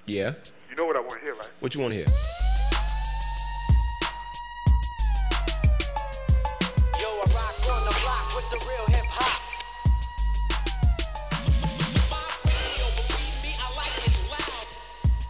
Yeah. You know what I want to hear, right? What you want to hear? Yo, I rock on the block with the real hip hop. My radio, believe me, I like it loud.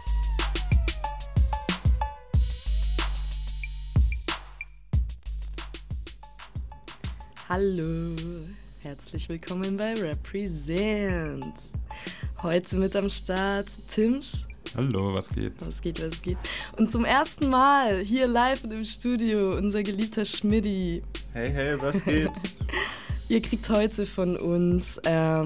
Hallo, herzlich willkommen bei Represent. Heute mit am Start Timsch. Hallo, was geht? Was geht? Und zum ersten Mal hier live im Studio unser geliebter Schmidti. Hey, was geht? Ihr kriegt heute von uns,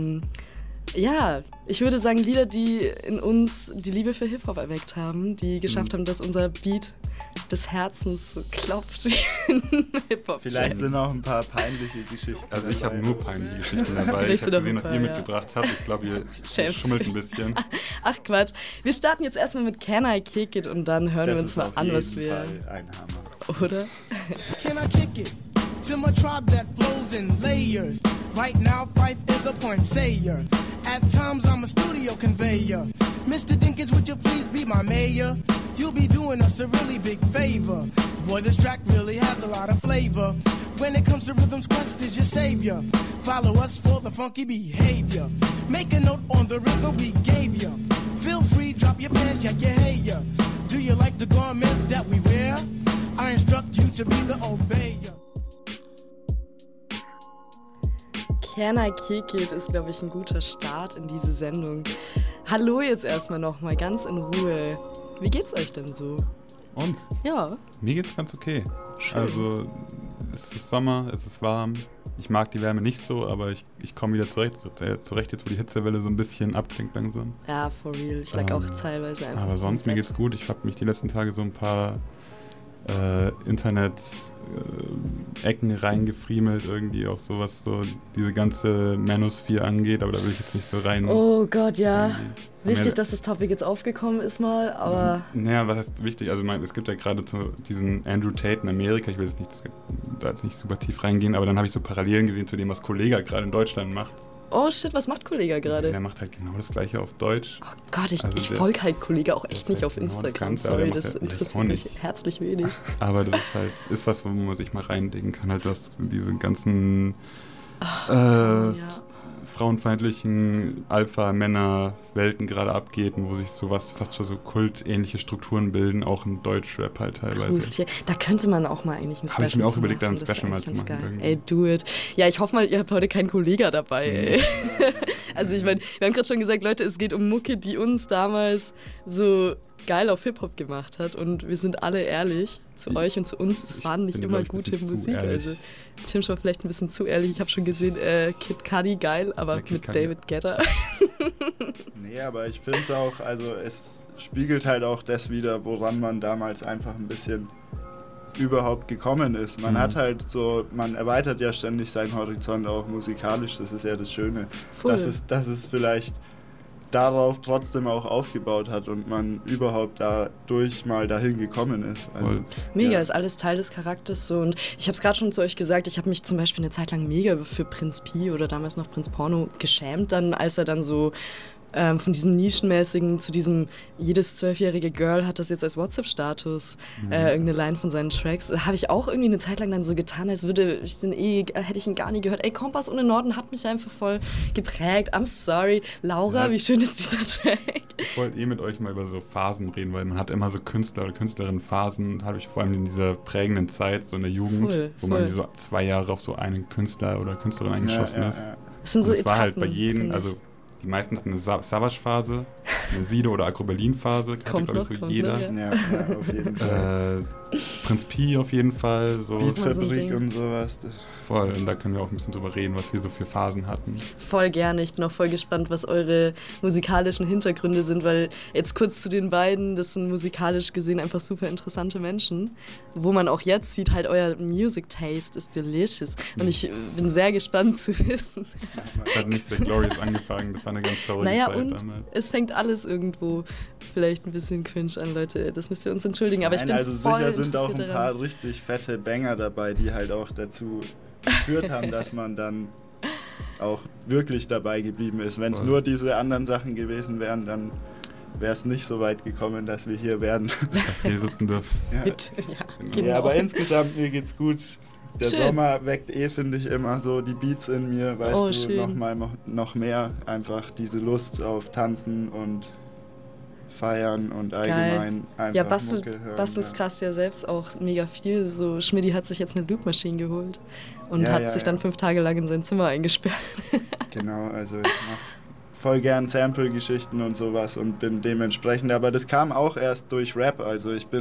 ich würde sagen, Lieder, die in uns die Liebe für Hip-Hop erweckt haben, die geschafft haben, dass unser Beat des Herzens so klopft wie ein Hip-Hop. Vielleicht sind auch ein paar peinliche Geschichten. Also ich habe nur peinliche Geschichten dabei. Vielleicht Ich habe gesehen, sind was auch ihr ein paar, mitgebracht habt. Ich glaube, ihr Schämst schummelt dich. ein bisschen. Ach Quatsch, wir starten jetzt erstmal mit Can I Kick It und dann hören wir uns mal an, was wir... Ein Hammer. Oder? Can I kick it to my tribe that flows in layers? Right now, Fife is a point sayer. At times, I'm a studio conveyor. Mr. Dinkins, would you please be my mayor? You'll be doing us a really big favor. Boy, this track really has a lot of flavor. When it comes to rhythms, Quest is your savior. Follow us for the funky behavior. Make a note on the rhythm we gave you. Feel free, drop your pants, check your hair. Do you like the garments that we wear? I instruct you to be the obeyer. Can I Kick It ist, glaube ich, ein guter Start in diese Sendung. Hallo jetzt erstmal nochmal, ganz in Ruhe. Wie geht's euch denn so? Und? Ja. Mir geht's ganz okay. Schön. Also es ist Sommer, es ist warm. Ich mag die Wärme nicht so, aber ich komme wieder zurecht jetzt, wo die Hitzewelle so ein bisschen abklingt langsam. Ja, for real. Ich lag auch teilweise einfach. Aber sonst, mir geht's gut. Ich habe mich die letzten Tage so ein paar Internet-Ecken reingefriemelt, irgendwie auch sowas, so diese ganze Manosphere angeht, aber da will ich jetzt nicht so rein. Oh Gott, ja. irgendwie. Wichtig, dass das Topic jetzt aufgekommen ist mal, aber... Naja, was heißt wichtig? Also es gibt ja gerade so diesen Andrew Tate in Amerika, ich will da jetzt nicht super tief reingehen, aber dann habe ich so Parallelen gesehen zu dem, was Kollega gerade in Deutschland macht. Oh shit, was macht Kollega gerade? Der macht halt genau das Gleiche auf Deutsch. Oh Gott, ich Also folge halt Kollega auch echt nicht auf genau das Instagram, Ganze, aber sorry, der das macht halt interessiert auch mich nicht. herzlich wenig. Aber das ist was, wo man sich mal reinlegen kann, halt, was diese ganzen Ja. frauenfeindlichen Alpha-Männer-Welten gerade abgeht und wo sich sowas fast schon so kultähnliche Strukturen bilden, auch im Deutschrap halt teilweise. Gruselig. Da könnte man auch mal eigentlich ein Special Habe ich mir auch zu überlegt, da ein machen. Das Special wär mal zu eigentlich machen. ganz geil. irgendwie. Ey, do it. Ja, ich hoffe mal, ihr habt heute keinen Kollega dabei, ey. Also ich meine, wir haben gerade schon gesagt, Leute, es geht um Mucke, die uns damals so geil auf Hip-Hop gemacht hat und wir sind alle ehrlich zu euch und zu uns, das waren nicht bin, immer glaub ich, ein gute bisschen zu Musik. ehrlich. Also Tim war vielleicht ein bisschen zu ehrlich. Ich habe schon gesehen, Kid Cudi geil, aber Ja, Kid mit Cudi. David Guetta. Nee, aber ich finde es auch, also es spiegelt halt auch das wider, woran man damals einfach ein bisschen überhaupt gekommen ist. Man hat halt so, man erweitert ja ständig seinen Horizont auch musikalisch, das ist ja das Schöne. Voll. Dass es vielleicht darauf trotzdem auch aufgebaut hat und man überhaupt dadurch mal dahin gekommen ist. Also, Voll. Mega, ja. ist alles Teil des Charakters so. Und ich habe es gerade schon zu euch gesagt, ich habe mich zum Beispiel eine Zeit lang mega für Prinz Pi oder damals noch Prinz Porno geschämt, dann, als er dann so von diesem Nischenmäßigen zu diesem, jedes 12-jährige Girl hat das jetzt als WhatsApp-Status, irgendeine Line von seinen Tracks. Habe ich auch irgendwie eine Zeit lang dann so getan, als hätte ich ihn gar nie gehört. Ey, Kompass ohne Norden hat mich einfach voll geprägt. I'm sorry. Laura, Ja. wie schön ist dieser Track? Ich wollte mit euch mal über so Phasen reden, weil man hat immer so Künstler oder Künstlerinnen Phasen, habe ich vor allem in dieser prägenden Zeit, so in der Jugend, wo man so 2 Jahre auf so einen Künstler oder Künstlerin eingeschossen ist. Das sind Und so es war halt bei Etappen, jedem, finde ich. also die meisten hatten eine Savage-Phase, eine Sido- oder Agro-Berlin-Phase, hatte glaube ich so jeder. noch, Ja, auf jeden Fall. Prinz Pi auf jeden Fall, so Beatfabrik Ding. und sowas. voll. Und da können wir auch ein bisschen drüber reden, was wir so für Phasen hatten. Voll gerne. Ich bin auch voll gespannt, was eure musikalischen Hintergründe sind, weil jetzt kurz zu den beiden, das sind musikalisch gesehen einfach super interessante Menschen, wo man auch jetzt sieht, halt euer Music Taste ist delicious. Und ich bin sehr gespannt zu wissen. Das hat nicht sehr glorious angefangen, das war eine ganz traurige Naja, Zeit und damals. es fängt alles irgendwo vielleicht ein bisschen cringe an, Leute. Das müsst ihr uns entschuldigen, aber Nein, ich bin also voll sicher sind auch interessiert ein daran. paar richtig fette Banger dabei, die halt auch dazu geführt haben, dass man dann auch wirklich dabei geblieben ist. Wenn es Voll. nur diese anderen Sachen gewesen wären, dann wäre es nicht so weit gekommen, dass wir hier wären. Dass wir hier sitzen dürfen. Ja. Genau. Ja, aber insgesamt, mir geht's gut. Der Schön. Sommer weckt finde ich, immer so die Beats in mir, weißt du, schön. noch mehr einfach diese Lust auf Tanzen und Feiern und allgemein einfach Ja, Mucke hören. bastelst krass ja selbst auch mega viel. So, Schmidti hat sich jetzt eine Loop-Maschine geholt und Ja, hat ja, sich ja. dann 5 Tage lang in sein Zimmer eingesperrt. Genau, also ich mache voll gern Sample-Geschichten und sowas und bin dementsprechend, aber das kam auch erst durch Rap, also ich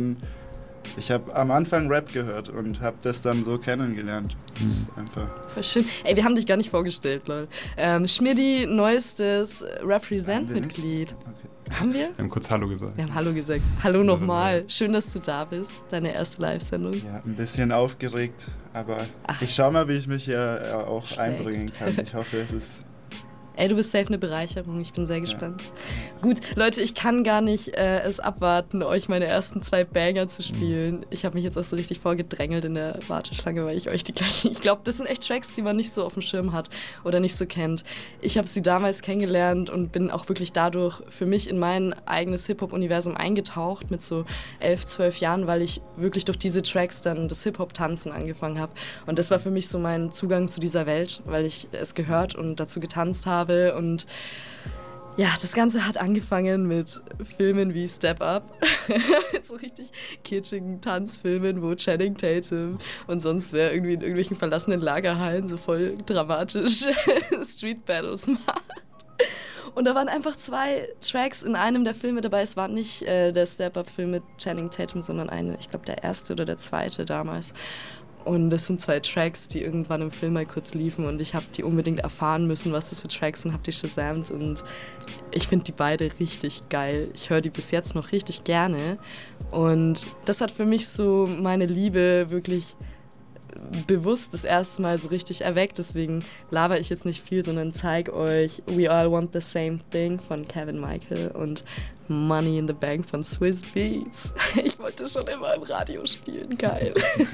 habe am Anfang Rap gehört und habe das dann so kennengelernt. Das ist einfach... Voll schön. Ey, wir haben dich gar nicht vorgestellt, lol. Schmidti, neuestes Haben wir Represent-Mitglied. Okay. Haben wir? Wir haben kurz Hallo gesagt. Wir haben Hallo gesagt. Hallo nochmal. Schön, dass du da bist. Deine erste Live-Sendung. Ja, ein bisschen aufgeregt, aber ich schau mal, wie ich mich hier auch Schlägst. einbringen kann. Ich hoffe, es ist... Ey, du bist safe eine Bereicherung. Ich bin sehr gespannt. Gut, Leute, ich kann gar nicht es abwarten, euch meine ersten 2 Banger zu spielen. Ich habe mich jetzt auch so richtig vorgedrängelt in der Warteschlange, weil ich euch die gleichen... Ich glaube, das sind echt Tracks, die man nicht so auf dem Schirm hat oder nicht so kennt. Ich habe sie damals kennengelernt und bin auch wirklich dadurch für mich in mein eigenes Hip-Hop-Universum eingetaucht mit so 11, 12 Jahren, weil ich wirklich durch diese Tracks dann das Hip-Hop-Tanzen angefangen habe. Und das war für mich so mein Zugang zu dieser Welt, weil ich es gehört und dazu getanzt habe. Und ja, das Ganze hat angefangen mit Filmen wie Step Up, so richtig kitschigen Tanzfilmen, wo Channing Tatum und sonst wer irgendwie in irgendwelchen verlassenen Lagerhallen so voll dramatisch Street Battles macht. Und da waren einfach 2 Tracks in einem der Filme dabei. Es war nicht der Step-Up-Film mit Channing Tatum, sondern ich glaube der erste oder der zweite damals. Und das sind 2 Tracks, die irgendwann im Film mal kurz liefen und ich habe die unbedingt erfahren müssen, was das für Tracks sind, habe die shazamt und ich finde die beide richtig geil. Ich höre die bis jetzt noch richtig gerne und das hat für mich so meine Liebe wirklich bewusst das erste Mal so richtig erweckt. Deswegen laber ich jetzt nicht viel, sondern zeige euch We All Want the Same Thing von Kevin Michael und Money in the Bank von Swizz Beatz. Ich wollte das schon immer im Radio spielen, geil.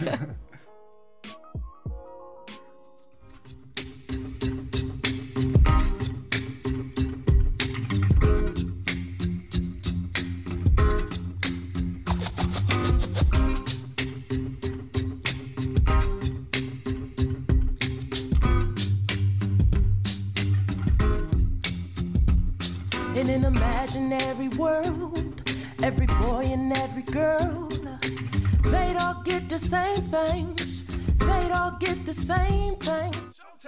In an imaginary world, every boy and every girl, they'd all get the same things. They'd all get the same things.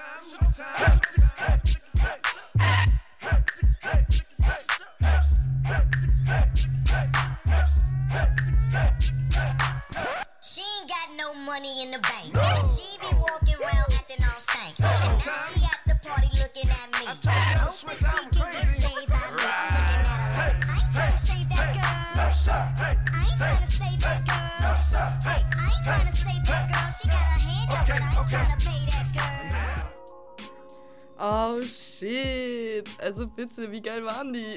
She ain't got no money in the bank. She be walking around acting all stank. And now she at the party looking at me. Hope that she can get saved by me. I'm looking at her like, I ain't tryna save that girl. I ain't tryna save that girl. Hey, I ain't tryna save that girl. She got her hand up, but I ain't tryna pay that girl. Oh shit, also bitte, wie geil waren die?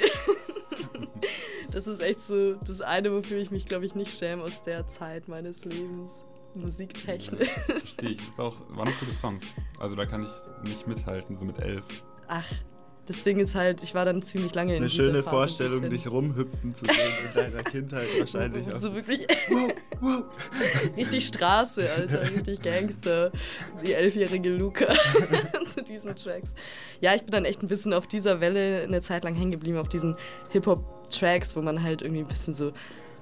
Das ist echt so das eine, wofür ich mich, glaube ich, nicht schäme aus der Zeit meines Lebens. Musiktechnisch. Verstehe ich. Das waren auch gute Songs. Also da kann ich nicht mithalten, so mit 11. Ach, das Ding ist halt, ich war dann ziemlich lange in Eine dieser schöne Phase Vorstellung, ein bisschen. dich rumhüpfen zu sehen in deiner Kindheit wahrscheinlich auch. So wirklich richtig Straße, Alter, richtig Gangster. Die 11-jährige Luca zu diesen Tracks. Ja, ich bin dann echt ein bisschen auf dieser Welle eine Zeit lang hängen geblieben, auf diesen Hip-Hop-Tracks, wo man halt irgendwie ein bisschen so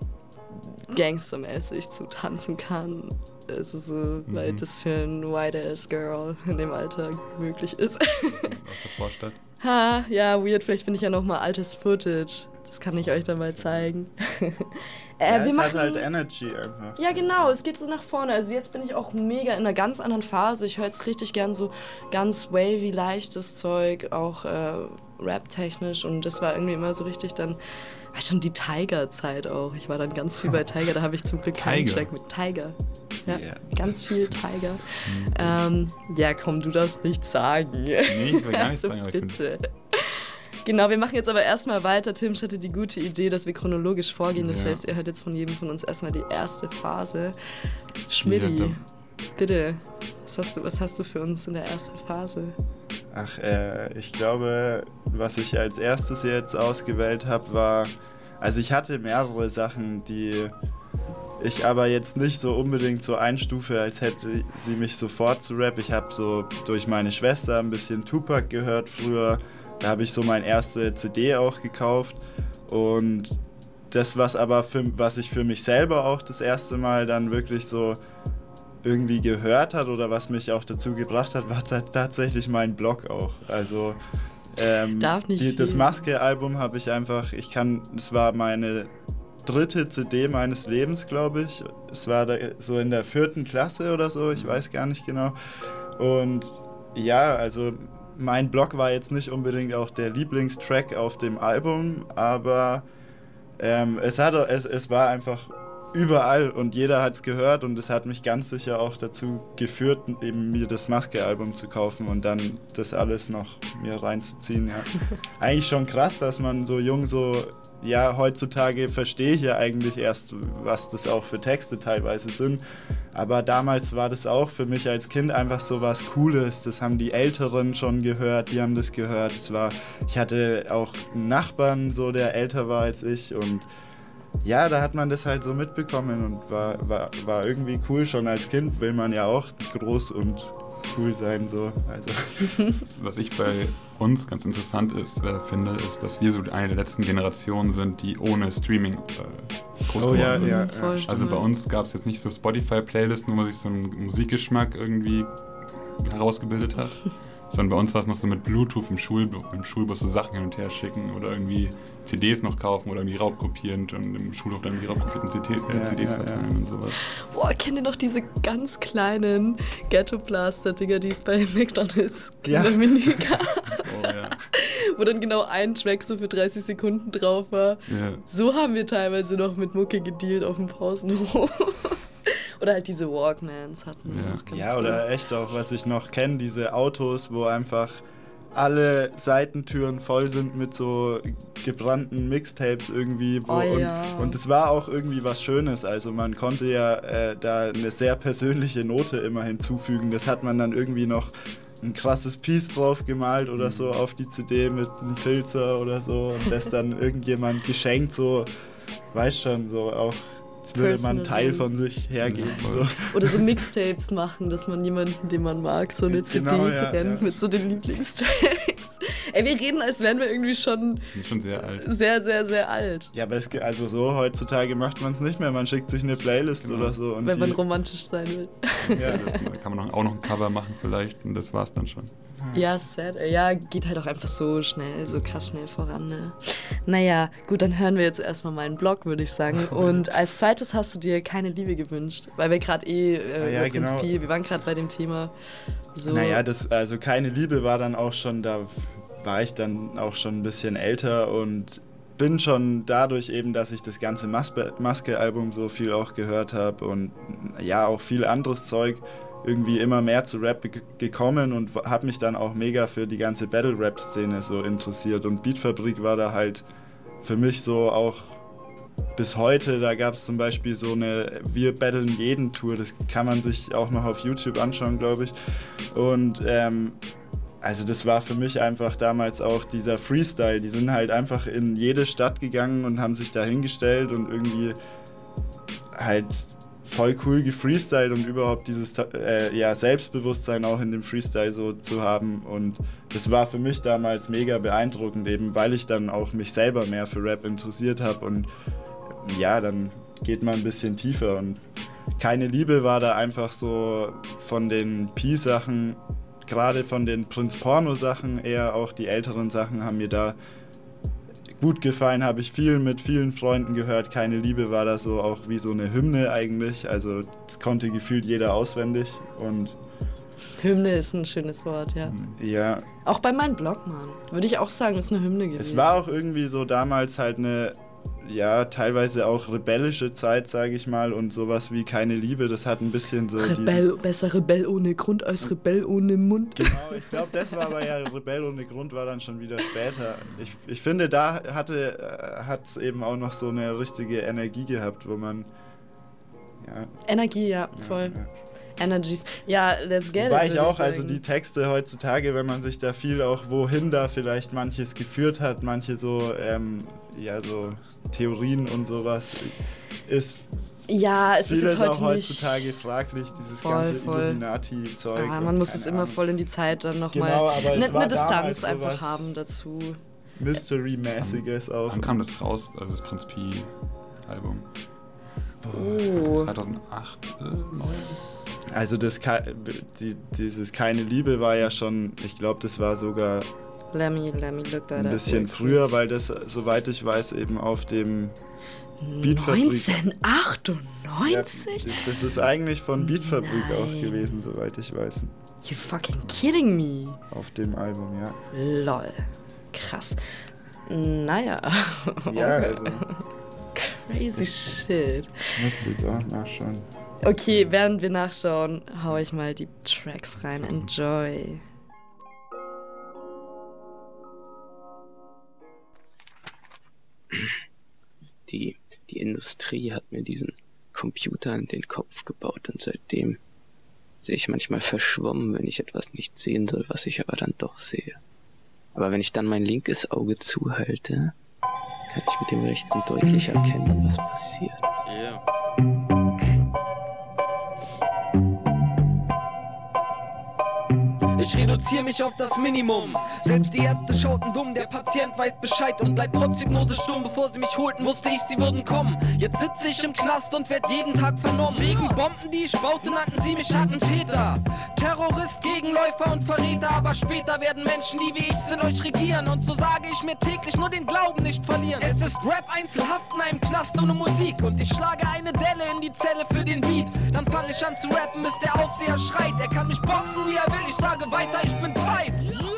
gangstermäßig zu tanzen kann. Also so, weil das für ein white-ass Girl in dem Alter möglich ist. Aus der Vorstadt. Ha, ja, weird, vielleicht finde ich ja nochmal altes Footage. Das kann ich euch dann mal zeigen. Ja, wir es machen hat halt Energy einfach. Ja, genau, es geht so nach vorne. Also jetzt bin ich auch mega in einer ganz anderen Phase. Ich höre jetzt richtig gern so ganz wavy, leichtes Zeug, auch rap-technisch. Und das war irgendwie immer so richtig dann, war schon die Tiger-Zeit auch. Ich war dann ganz viel bei Tiger, da habe ich zum Glück keinen Tiger? Track mit Tiger. Ja, Yeah. ganz viel Tiger. Ja, komm, du darfst nichts sagen. Nee, ich will gar nichts Also sagen, aber ich bitte. Genau, wir machen jetzt aber erstmal weiter. Tim hatte die gute Idee, dass wir chronologisch vorgehen. Das heißt, ihr hört jetzt von jedem von uns erstmal die erste Phase. Schmidti, Ja, bitte, was hast du für uns in der ersten Phase? Ach, ich glaube, was ich als erstes jetzt ausgewählt habe, war Also ich hatte mehrere Sachen, die ich aber jetzt nicht so unbedingt so einstufe, als hätte sie mich sofort zu Rap. Ich habe so durch meine Schwester ein bisschen Tupac gehört früher. Da habe ich so meine erste CD auch gekauft. Und das, was ich für mich selber auch das erste Mal dann wirklich so irgendwie gehört hat oder was mich auch dazu gebracht hat, war tatsächlich mein Blog auch. Also das Maske-Album habe ich einfach, das war meine 3. CD meines Lebens, glaube ich. Es war so in der 4. Klasse oder so, ich weiß gar nicht genau. Und ja, also mein Blog war jetzt nicht unbedingt auch der Lieblingstrack auf dem Album, aber es war einfach überall und jeder hat es gehört und es hat mich ganz sicher auch dazu geführt, eben mir das Maske-Album zu kaufen und dann das alles noch mir reinzuziehen. Ja. Eigentlich schon krass, dass man so jung heutzutage verstehe ich ja eigentlich erst, was das auch für Texte teilweise sind. Aber damals war das auch für mich als Kind einfach so was Cooles. Das haben die Älteren schon gehört, die haben das gehört. Ich hatte auch einen Nachbarn, so, der älter war als ich und ja, da hat man das halt so mitbekommen und war irgendwie cool. Schon als Kind will man ja auch groß und cool sein. So. Also. Was ich bei uns ganz interessant finde, ist, dass wir so eine der letzten Generationen sind, die ohne Streaming groß geworden sind. Ja. Also bei uns gab es jetzt nicht so Spotify-Playlisten, wo man sich so einen Musikgeschmack irgendwie herausgebildet hat. Sondern bei uns war es noch so mit Bluetooth im Schulbus so Sachen hin und her schicken oder irgendwie CDs noch kaufen oder irgendwie raubkopierend und im Schulhof dann irgendwie raubkopierten CDs verteilen und sowas. Boah, kennt ihr noch diese ganz kleinen Ghetto-Blaster-Dinger, die es bei McDonald's in der Menü gab? Oh ja. Wo dann genau ein Track so für 30 Sekunden drauf war. Ja. So haben wir teilweise noch mit Mucke gedealt auf dem Pausenhof. Oder halt diese Walkmans hatten wir noch ganz oder früh. echt auch, was ich noch kenne, diese Autos, wo einfach alle Seitentüren voll sind mit so gebrannten Mixtapes irgendwie. Und es war auch irgendwie was Schönes. Also man konnte ja da eine sehr persönliche Note immer hinzufügen. Das hat man dann irgendwie noch ein krasses Piece drauf gemalt oder so auf die CD mit einem Filzer oder so und das dann irgendjemand geschenkt, so, weiß schon, so auch. Jetzt würde man einen Teil von sich hergeben. So. Oder so Mixtapes machen, dass man jemanden, den man mag, so eine CD brennt mit so den Lieblingstracks. Ey, wir reden, als wären wir irgendwie schon sehr alt. Sehr, sehr, sehr alt. Ja, aber also so heutzutage macht man es nicht mehr. Man schickt sich eine Playlist oder so. Und wenn man romantisch sein will. Ja, da kann man auch noch ein Cover machen vielleicht und das war's dann schon. Ja, sad. Ja, geht halt auch einfach so schnell, so krass schnell voran. Ne? Naja, gut, dann hören wir jetzt erstmal meinen Blog, würde ich sagen. Und als zweites hast du dir Keine Liebe gewünscht, weil wir gerade über Prinz Pi, wir waren gerade bei dem Thema. So. Naja, also Keine Liebe war dann auch schon, da war ich dann auch schon ein bisschen älter und bin schon dadurch eben, dass ich das ganze Maske-Album so viel auch gehört habe und ja, auch viel anderes Zeug, irgendwie immer mehr zu Rap gekommen und habe mich dann auch mega für die ganze Battle-Rap-Szene so interessiert. Und Beatfabrik war da halt für mich so auch bis heute, da gab es zum Beispiel so eine Wir battlen jeden Tour, das kann man sich auch noch auf YouTube anschauen, glaube ich. Und also das war für mich einfach damals auch dieser Freestyle. Die sind halt einfach in jede Stadt gegangen und haben sich da hingestellt und irgendwie halt voll cool gefreestylt und überhaupt dieses Selbstbewusstsein auch in dem Freestyle so zu haben. Und das war für mich damals mega beeindruckend, eben weil ich dann auch mich selber mehr für Rap interessiert habe. Und ja, dann geht man ein bisschen tiefer. Und Keine Liebe war da einfach so von den Pi-Sachen, gerade von den Prinz Porno-Sachen, eher auch die älteren Sachen haben mir da gut gefallen, habe ich mit vielen Freunden gehört. Keine Liebe war da so auch wie so eine Hymne eigentlich. Also das konnte gefühlt jeder auswendig. Und Hymne ist ein schönes Wort, ja. Ja. Auch bei meinem Blog, Mann. Würde ich auch sagen, ist eine Hymne gewesen. Es war auch irgendwie so damals halt eine, ja, teilweise auch rebellische Zeit, sage ich mal. Und sowas wie Keine Liebe, das hat ein bisschen so... Besser Rebell ohne Grund als Rebell ohne Mund. Genau, ich glaube, das war aber ja, Rebell ohne Grund war dann schon wieder später. Ich finde, da hat es eben auch noch so eine richtige Energie gehabt, wo man... Ja. Energie, ja, voll. Ja. Energies. Ja, let's get it. Wobei ich würd auch, also sagen. die Texte heutzutage, wenn man sich da viel auch, wohin da vielleicht manches geführt hat, manche so, so Theorien und sowas, ist Ja, es ist vieles jetzt heute auch nicht heutzutage fraglich, dieses voll, ganze voll. Illuminati-Zeug. Man muss es immer voll in die Zeit dann nochmal Genau, aber es war eine Distanz damals einfach sowas haben dazu. Mystery-mäßiges auch. Wann kam das raus, also das Prinz Pi-Album? Oh. 2008, 2009? Also dieses Keine Liebe war ja schon, ich glaube, das war sogar Let me look that ein up bisschen real quick. früher, weil das, soweit ich weiß, eben auf dem Beatfabrik... 1998? Ja, das ist eigentlich von Beatfabrik auch Nein. gewesen, soweit ich weiß. You fucking kidding me? Auf dem Album, ja. Lol. Krass. Naja. Ja, also Crazy shit. müsste jetzt auch nachschauen. Okay, während wir nachschauen, hau ich mal die Tracks rein. Enjoy. Die Industrie hat mir diesen Computer in den Kopf gebaut und seitdem sehe ich manchmal verschwommen, wenn ich etwas nicht sehen soll, was ich aber dann doch sehe. Aber wenn ich dann mein linkes Auge zuhalte, kann ich mit dem rechten deutlich erkennen, was passiert. Ich reduziere mich auf das Minimum. Selbst die Ärzte schauten dumm, der Patient weiß Bescheid und bleibt trotz Hypnose stumm. Bevor sie mich holten, wusste ich, sie würden kommen. Jetzt sitze ich im Knast und werd jeden Tag vernommen. Wegen Bomben, die ich baute, nannten sie mich Attentäter. Terrorist, Gegenläufer und Verräter. Aber später werden Menschen, die wie ich sind, euch regieren. Und so sage ich mir täglich, nur den Glauben nicht verlieren. Es ist Rap, Einzelhaft in einem Knast ohne Musik. Und ich schlage eine Delle in die Zelle für den Beat. Dann fange ich an zu rappen, bis der Aufseher schreit. Er kann mich boxen, wie er will, ich sage weiter, ich bin tight.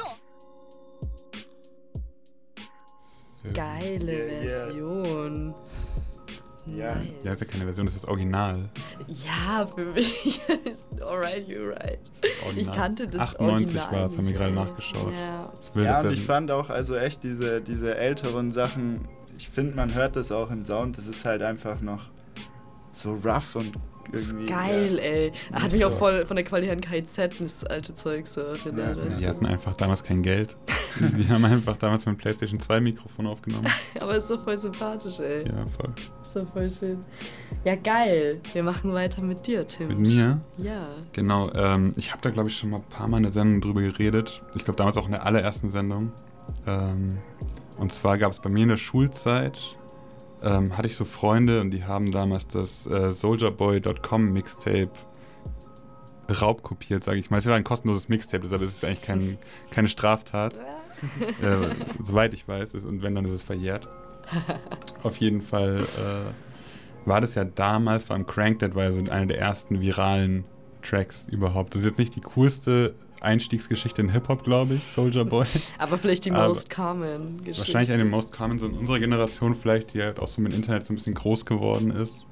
Geile Version. Ja. Nice. Ja, ist ja keine Version, das ist das Original. Ja, für mich ist alright, you're right. Original. Ich kannte das 98 Original war es, haben wir nicht, gerade ey. nachgeschaut. Ja. Das Bild Ja, ist und ich fand auch, also echt diese älteren Sachen, ich finde, man hört das auch im Sound, das ist halt einfach noch so rough und Das ist irgendwie... geil, ey. Hat nicht mich auch so. voll von der Qualität an KZ, das alte Zeug so erinnert. Ja, weißt Die du. hatten einfach damals kein Geld. Die haben einfach damals mit dem PlayStation 2 Mikrofon aufgenommen. Aber ist doch voll sympathisch, ey. Ja, voll. Ist doch voll schön. Ja, geil. Wir machen weiter mit dir, Tim. Mit mir? Ja. Genau, ich habe da glaube ich schon mal ein paar Mal in der Sendung drüber geredet. Ich glaube damals auch in der allerersten Sendung. Und zwar gab es bei mir in der Schulzeit, hatte ich so Freunde und die haben damals das soldierboy.com Mixtape raubkopiert, sage ich mal. Es war ein kostenloses Mixtape, deshalb ist es eigentlich keine Straftat. Soweit ich weiß. Und wenn, dann ist es verjährt. Auf jeden Fall war das ja damals, vor allem Crank That war ja so einer der ersten viralen Tracks überhaupt. Das ist jetzt nicht die coolste Einstiegsgeschichte in Hip-Hop, glaube ich, Soulja Boy. Aber vielleicht die Aber most common Geschichte. Wahrscheinlich eine most common, so in unserer Generation vielleicht, die halt auch so mit Internet so ein bisschen groß geworden ist.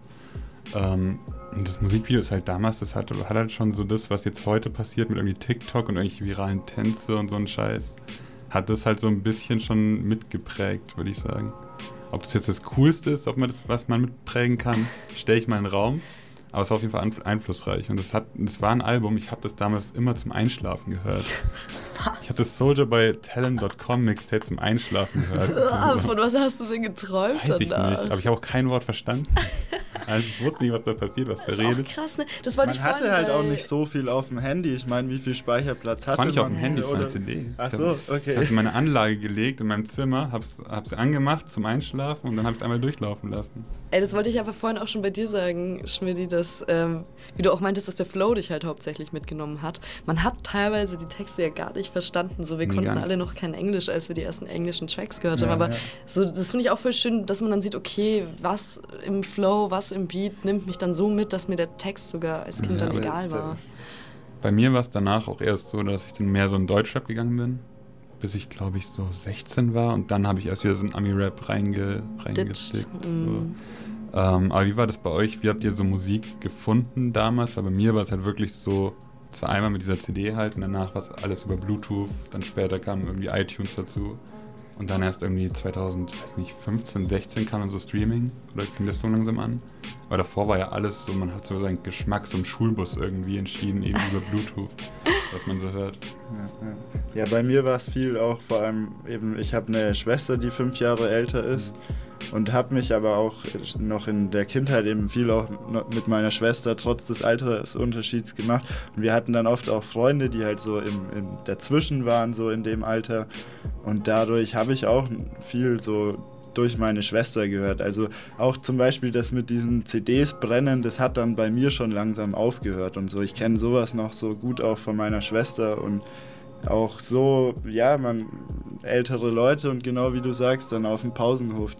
Und das Musikvideo ist halt damals, das hat halt schon so das, was jetzt heute passiert mit irgendwie TikTok und irgendwelche viralen Tänze und so ein Scheiß, hat das halt so ein bisschen schon mitgeprägt, würde ich sagen. Ob das jetzt das Coolste ist, ob man das, was man mitprägen kann, stelle ich mal in den Raum. Aber es war auf jeden Fall einflussreich. Und das war ein Album, ich habe das damals immer zum Einschlafen gehört. Ich habe das Soulja Boy Talent.com Mixtape zum Einschlafen gehört. Von was hast du denn geträumt Weiß ich danach? nicht, aber ich habe auch kein Wort verstanden. Also ich wusste nicht, was da passiert, was Das der ist auch redet. krass, ne? Das wollte Man ich vorhin hatte halt auch bei- nicht so viel auf dem Handy. Ich meine, wie viel Speicherplatz hatte Das war nicht man? auf dem Handy, das war eine oder- CD. Ach Ich so, hab okay. es in meine Anlage gelegt in meinem Zimmer, hab's angemacht zum Einschlafen und dann habe ich es einmal durchlaufen lassen. Ey, das wollte ich aber vorhin auch schon bei dir sagen, Schmidti, dass, wie du auch meintest, dass der Flow dich halt hauptsächlich mitgenommen hat. Man hat teilweise die Texte ja gar nicht verstanden. So, wir Nee, konnten gar nicht. alle noch kein Englisch, als wir die ersten englischen Tracks gehört Ja, haben. Aber ja. so, das finde ich auch voll schön, dass man dann sieht, okay, was im Flow, was im Beat nimmt mich dann so mit, dass mir der Text sogar als Kind Ja, dann aber egal war. Bei mir war es danach auch erst so, dass ich dann mehr so in Deutschrap gegangen bin, bis ich glaube ich so 16 war und dann habe ich erst wieder so in Ami-Rap reingedickt. So. Aber wie war das bei euch? Wie habt ihr so Musik gefunden damals? Weil bei mir war es halt wirklich so, zwar einmal mit dieser CD halt und danach war es alles über Bluetooth, dann später kam irgendwie iTunes dazu. Und dann erst irgendwie 2015, 16 kam dann so Streaming oder fing das so langsam an. Aber davor war ja alles so, man hat so seinen Geschmack so im Schulbus irgendwie entschieden, eben über Bluetooth, was man so hört. Ja, bei mir war es viel auch vor allem eben, ich habe eine Schwester, die 5 Jahre älter ist und habe mich aber auch noch in der Kindheit eben viel auch mit meiner Schwester trotz des Altersunterschieds gemacht. Und wir hatten dann oft auch Freunde, die halt so dazwischen waren, so in dem Alter. Und dadurch habe ich auch viel so durch meine Schwester gehört. Also auch zum Beispiel das mit diesen CDs brennen, das hat dann bei mir schon langsam aufgehört und so. Ich kenne sowas noch so gut auch von meiner Schwester und auch so, ja, ältere Leute und genau wie du sagst, dann auf dem Pausenhof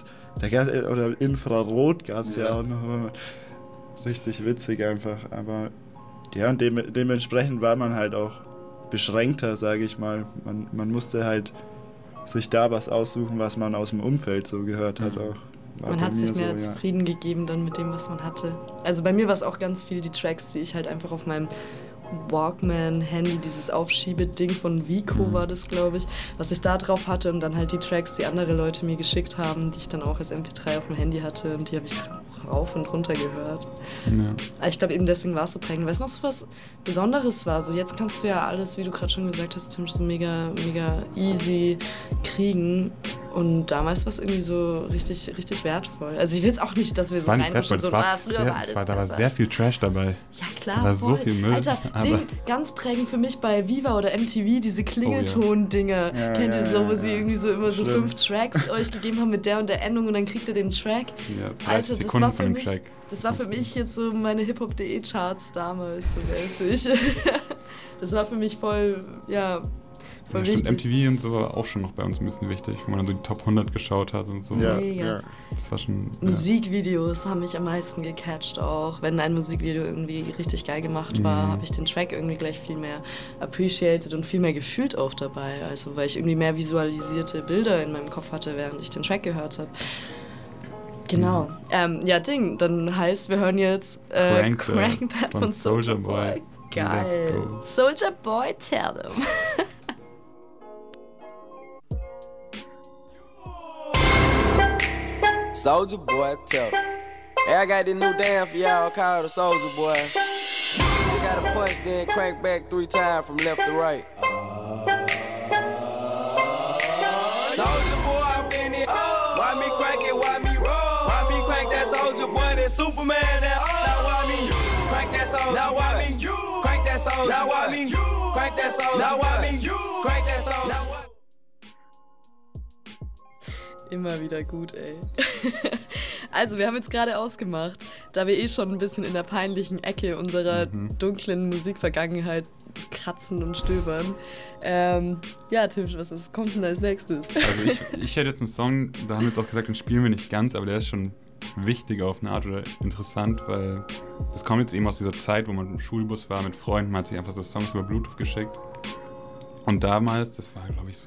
oder Infrarot gab es ja auch noch, richtig witzig einfach, aber ja, und dementsprechend war man halt auch beschränkter, sage ich mal. Man musste halt sich da was aussuchen, was man aus dem Umfeld so gehört hat auch. Man hat sich mehr zufrieden gegeben dann mit dem, was man hatte. Also bei mir war es auch ganz viel die Tracks, die ich halt einfach auf meinem Walkman-Handy, dieses Aufschiebeding von Vico war das, glaube ich, was ich da drauf hatte und dann halt die Tracks, die andere Leute mir geschickt haben, die ich dann auch als MP3 auf dem Handy hatte und die habe ich rauf und runter gehört. Ja. Ich glaube eben deswegen war es so prägend. Weißt du noch, so was Besonderes war? So jetzt kannst du ja alles, wie du gerade schon gesagt hast, Tim, so mega, mega easy kriegen. Und damals war es irgendwie so richtig, richtig wertvoll. Also ich will jetzt auch nicht, dass wir so reinrutschen. Da war sehr viel Trash dabei. Ja klar, da war so viel Müll. Alter, Ding, ganz prägend für mich bei Viva oder MTV, diese Klingelton-Dinger. Ja, kennt ihr so, wo sie irgendwie so immer so 5 Tracks euch gegeben haben mit der und der Endung und dann kriegt ihr den Track? Ja, 30 Alter, Sekunden von dem Track. Das war für mich jetzt so meine Hip-Hop.de Charts damals, so mäßig. Das war für mich voll, ja... Ja, stimmt, MTV und so war auch schon noch bei uns ein bisschen wichtig, wo man dann so die Top 100 geschaut hat und so. Ja. Das war schon... Musikvideos haben mich am meisten gecatcht auch. Wenn ein Musikvideo irgendwie richtig geil gemacht war, habe ich den Track irgendwie gleich viel mehr appreciated und viel mehr gefühlt auch dabei. Also weil ich irgendwie mehr visualisierte Bilder in meinem Kopf hatte, während ich den Track gehört habe. Genau. Dann heißt, wir hören jetzt Crank That von Soulja Boy. Geil. Soulja Boy, tell them. Soulja Boy, tell me. Hey, I got this new dance for y'all called the Soulja Boy. You gotta punch, then crank back 3 times from left to right. Soulja Boy, I'm in it. Why me crank it, why me roll? Why me crank that Soulja Boy, that Superman, that now why me you crank that Soulja? Now why me you crank that Soulja? Now why me you crank that Soulja? Now why me you crank that Soulja? Immer wieder gut, ey. Also, wir haben jetzt gerade ausgemacht, da wir schon ein bisschen in der peinlichen Ecke unserer dunklen Musikvergangenheit kratzen und stöbern. Ja, Tim, was kommt denn als nächstes? Also ich hätte jetzt einen Song, da haben wir jetzt auch gesagt, den spielen wir nicht ganz, aber der ist schon wichtig auf eine Art oder interessant, weil das kommt jetzt eben aus dieser Zeit, wo man im Schulbus war mit Freunden, man hat sich einfach so Songs über Bluetooth geschickt. Und damals, das war glaube ich so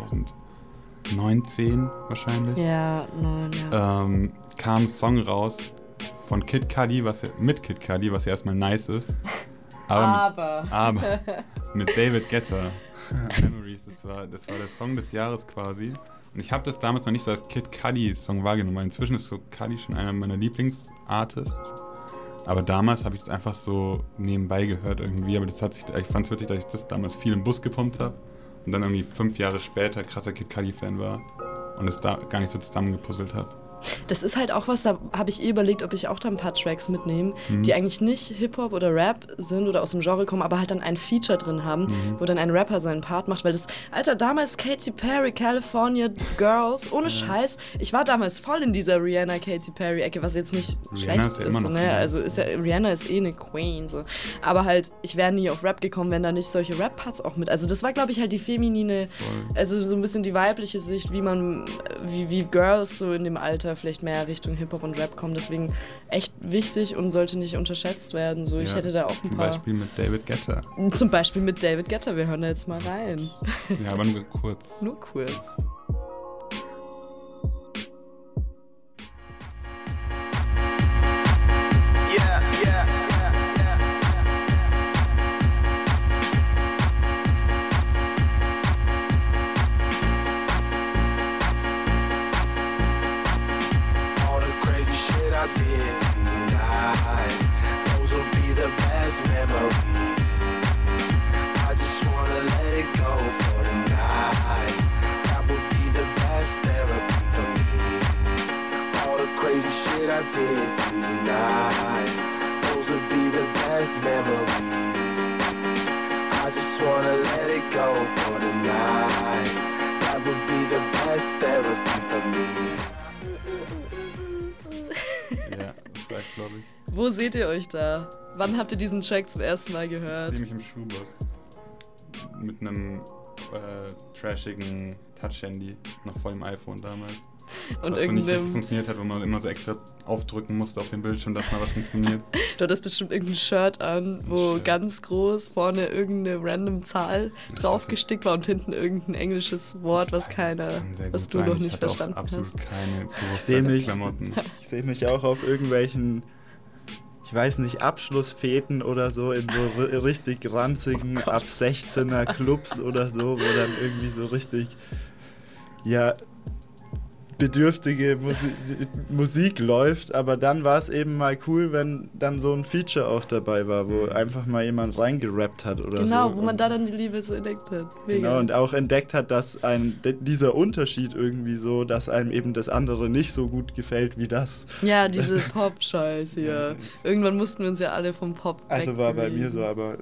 2019 wahrscheinlich. Ja, 9, ja. Kam ein Song raus von Kid Cudi, was ja erstmal nice ist. Aber mit David Guetta. Memories, das war der Song des Jahres quasi. Und ich habe das damals noch nicht so als Kid Cudi-Song wahrgenommen, weil inzwischen ist so Cudi schon einer meiner Lieblingsartists. Aber damals habe ich das einfach so nebenbei gehört irgendwie. Aber ich fand es witzig, dass ich das damals viel im Bus gepumpt habe. Und dann irgendwie 5 Jahre später krasser Kid Cudi-Fan war und es da gar nicht so zusammengepuzzelt habe. Das ist halt auch was, da habe ich überlegt, ob ich auch da ein paar Tracks mitnehme, die eigentlich nicht Hip-Hop oder Rap sind oder aus dem Genre kommen, aber halt dann ein Feature drin haben, wo dann ein Rapper seinen Part macht, weil das, Alter, damals Katy Perry, California Girls, ohne Scheiß, ich war damals voll in dieser Rihanna, Katy Perry-Ecke, was jetzt nicht Rihanna schlecht ist, ne? Also Rihanna ist eh eine Queen, so. Aber halt, ich wäre nie auf Rap gekommen, wenn da nicht solche Rap-Parts auch mit, also das war, glaube ich, halt die feminine, also so ein bisschen die weibliche Sicht, wie Girls so in dem Alter vielleicht mehr Richtung Hip-Hop und Rap kommen. Deswegen echt wichtig und sollte nicht unterschätzt werden. So, ich hätte da auch ein paar... Zum Beispiel mit David Guetta. Zum Beispiel mit David Guetta. Wir hören da jetzt mal rein. Ja, aber nur kurz. Nur kurz. I did tonight. Those will be the best memories. I just wanna let it go for the night. That would be the best therapy for me. All the crazy shit I did tonight. Those would be the best memories. I just wanna let it go for the night. That would be the best therapy for me. Ja, das reicht, glaube ich. Wo seht ihr euch da? Wann habt ihr diesen Track zum ersten Mal gehört? Ich sehe mich im Schulbus. Mit einem trashigen Touch-Handy, noch vor dem iPhone damals. Und was so nicht richtig funktioniert hat, wo man immer so extra aufdrücken musste auf dem Bildschirm, dass mal was funktioniert. Du hattest bestimmt irgendein Shirt an, wo ganz groß vorne irgendeine random Zahl draufgestickt war und hinten irgendein englisches Wort, was du noch nicht verstanden hast. Absolut keine Klamotten. Ich sehe mich auch auf irgendwelchen, ich weiß nicht, Abschlussfäten oder so in so richtig ranzigen ab 16er Clubs oder so, wo dann irgendwie so richtig, ja, bedürftige Musik läuft, aber dann war es eben mal cool, wenn dann so ein Feature auch dabei war, wo einfach mal jemand reingerappt hat oder so. Genau, wo man da dann die Liebe so entdeckt hat. Mega. Genau, und auch entdeckt hat, dass dieser Unterschied irgendwie so, dass einem eben das andere nicht so gut gefällt wie das. Ja, diese Pop-Scheiß hier. Irgendwann mussten wir uns ja alle vom Pop Also war bei mir so, aber...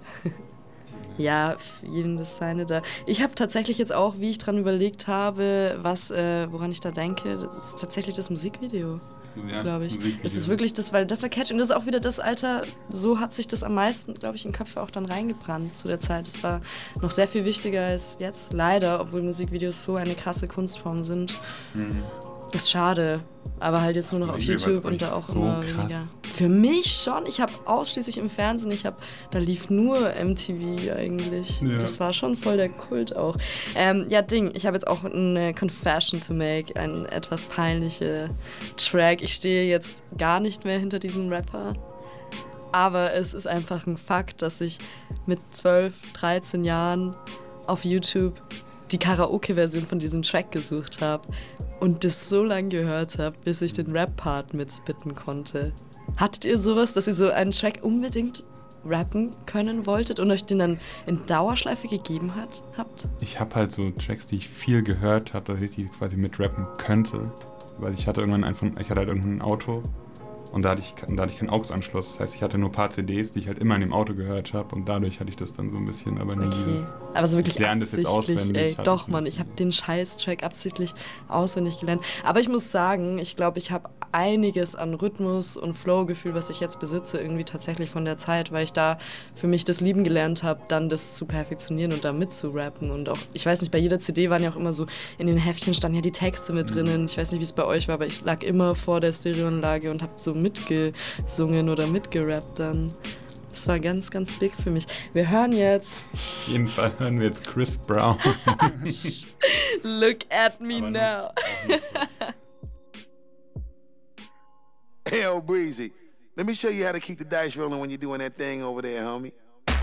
Ja, jedem das seine da. Ich habe tatsächlich jetzt auch, wie ich dran überlegt habe, woran ich da denke, das ist tatsächlich das Musikvideo, glaube ich. Es ist wirklich das, weil das war catchy und das ist auch wieder das Alter, so hat sich das am meisten, glaube ich, in Köpfe auch dann reingebrannt zu der Zeit. Das war noch sehr viel wichtiger als jetzt, leider, obwohl Musikvideos so eine krasse Kunstform sind. Ist schade, aber halt jetzt nur noch auf YouTube und da auch so immer weniger. Für mich schon, ich habe ausschließlich im Fernsehen, da lief nur MTV eigentlich. Ja. Das war schon voll der Kult auch. Ich habe jetzt auch eine Confession to make, ein etwas peinlicher Track. Ich stehe jetzt gar nicht mehr hinter diesem Rapper. Aber es ist einfach ein Fakt, dass ich mit 12, 13 Jahren auf YouTube die Karaoke-Version von diesem Track gesucht habe und das so lange gehört habe, bis ich den Rap-Part mitspitten konnte. Hattet ihr sowas, dass ihr so einen Track unbedingt rappen können wolltet und euch den dann in Dauerschleife gegeben habt? Ich habe halt so Tracks, die ich viel gehört habe, dass ich die quasi mitrappen könnte, weil ich hatte halt irgendein Auto. Und da hatte ich keinen AUX-Anschluss. Das heißt, ich hatte nur ein paar CDs, die ich halt immer in dem Auto gehört habe. Und dadurch hatte ich das dann so ein bisschen, aber nie dieses... Aber so wirklich ich lerne das jetzt auswendig. Doch, Mann, ich habe den Scheiß-Track absichtlich auswendig gelernt. Aber ich muss sagen, ich glaube, ich habe einiges an Rhythmus und Flow-Gefühl, was ich jetzt besitze, irgendwie tatsächlich von der Zeit, weil ich da für mich das lieben gelernt habe, dann das zu perfektionieren und da mitzurappen. Und auch, ich weiß nicht, bei jeder CD waren ja auch immer so, in den Heftchen standen ja die Texte mit drinnen. Ich weiß nicht, wie es bei euch war, aber ich lag immer vor der Stereoanlage und habe so mitgesungen oder mitgerappt dann. Das war ganz, ganz big für mich. Wir hören jetzt... Auf jeden Fall hören wir jetzt Chris Brown. Look at me now. Hell, Breezy, let me show you how to keep the dice rolling when you're doing that thing over there, homie.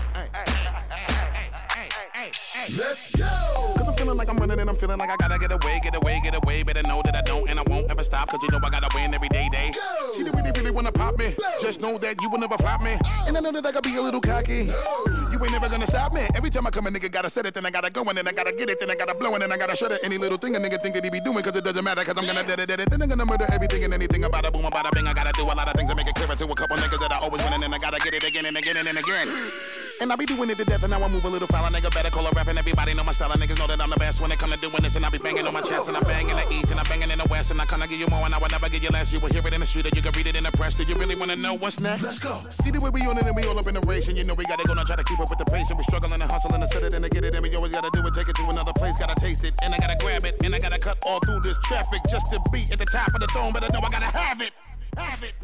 Let's go! Cause I'm feeling like I'm running and I'm feeling like I gotta get away. Better know that I don't and I won't ever stop. Cause you know I gotta win every day. Go! See, they really wanna pop me. Go! Just know that you will never flop me. And I know that I gotta be a little cocky. You ain't never gonna stop me. Every time I come a nigga gotta set it, then I gotta go and then I gotta get it, then I gotta blow and then I gotta shut it. Any little thing a nigga think that he be doing cause it doesn't matter cause I'm gonna dead it. Then I'm gonna murder everything and anything about a boom, about a bing. I gotta do a lot of things to make it clearer to a couple niggas that I always win and then I gotta get it again and again and again. And I be doing it to death and now I move a little foul. A nigga better call a rap and everybody know my style. Niggas know that I'm the best when it come to doing this. And I be banging on my chest and I bang in the east and I banging in the west. And I kinda give you more and I would never give you less. You will hear it in the street or you can read it in the press. Do you really wanna know what's next? Let's go. See the way we on it and we all up in the race. And you know we gotta go now try to keep up with the pace. And we struggling and hustling to set it and to get it. And we always gotta do it, take it to another place. Gotta taste it and I gotta grab it. And I gotta cut all through this traffic just to be at the top of the throne. But I know I gotta have it. Have it.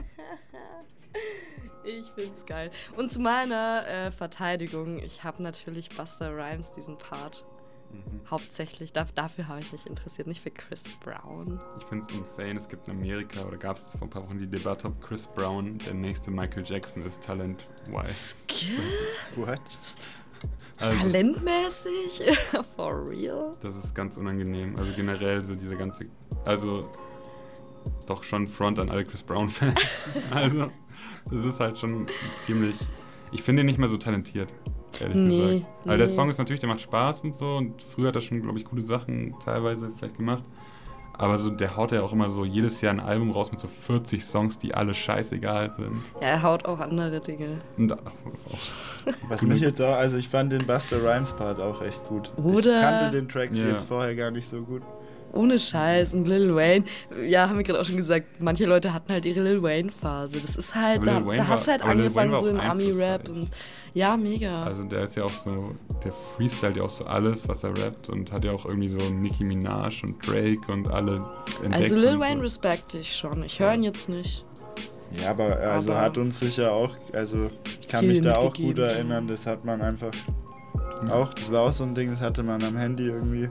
Ich find's geil. Und zu meiner Verteidigung, ich habe natürlich Busta Rhymes diesen Part. Hauptsächlich, dafür habe ich mich interessiert, nicht für Chris Brown. Ich find's insane, es gibt in Amerika, oder gab es vor ein paar Wochen die Debatte, ob Chris Brown der nächste Michael Jackson ist, talent-wise. What? Also, talentmäßig? For real? Das ist ganz unangenehm, also generell so diese ganze, also doch schon Front an alle Chris Brown-Fans. Also, das ist halt schon ziemlich... Ich finde ihn nicht mehr so talentiert, ehrlich gesagt. Aber der Song ist natürlich, der macht Spaß und so. Und früher hat er schon, glaube ich, coole Sachen teilweise vielleicht gemacht. Aber so, der haut ja auch immer so jedes Jahr ein Album raus mit so 40 Songs, die alle scheißegal sind. Ja, er haut auch andere Dinge. Und was mich jetzt auch, also ich fand den Busta Rhymes Part auch echt gut. Oder? Ich kannte den Tracks jetzt vorher gar nicht so gut. Ohne Scheiß. Und Lil Wayne, ja, haben wir gerade auch schon gesagt, manche Leute hatten halt ihre Lil Wayne-Phase. Das ist halt, da hat es halt angefangen, so in Ami-Rap und ja, mega. Also der ist ja auch so, der freestylt ja auch so alles, was er rappt und hat ja auch irgendwie so Nicki Minaj und Drake und alle entdeckt. Also Lil Wayne respekte ich schon, ich höre ihn jetzt nicht. Ja, aber hat uns sicher auch, also ich kann mich da auch gut erinnern, das hat man einfach auch, das war auch so ein Ding, das hatte man am Handy irgendwie.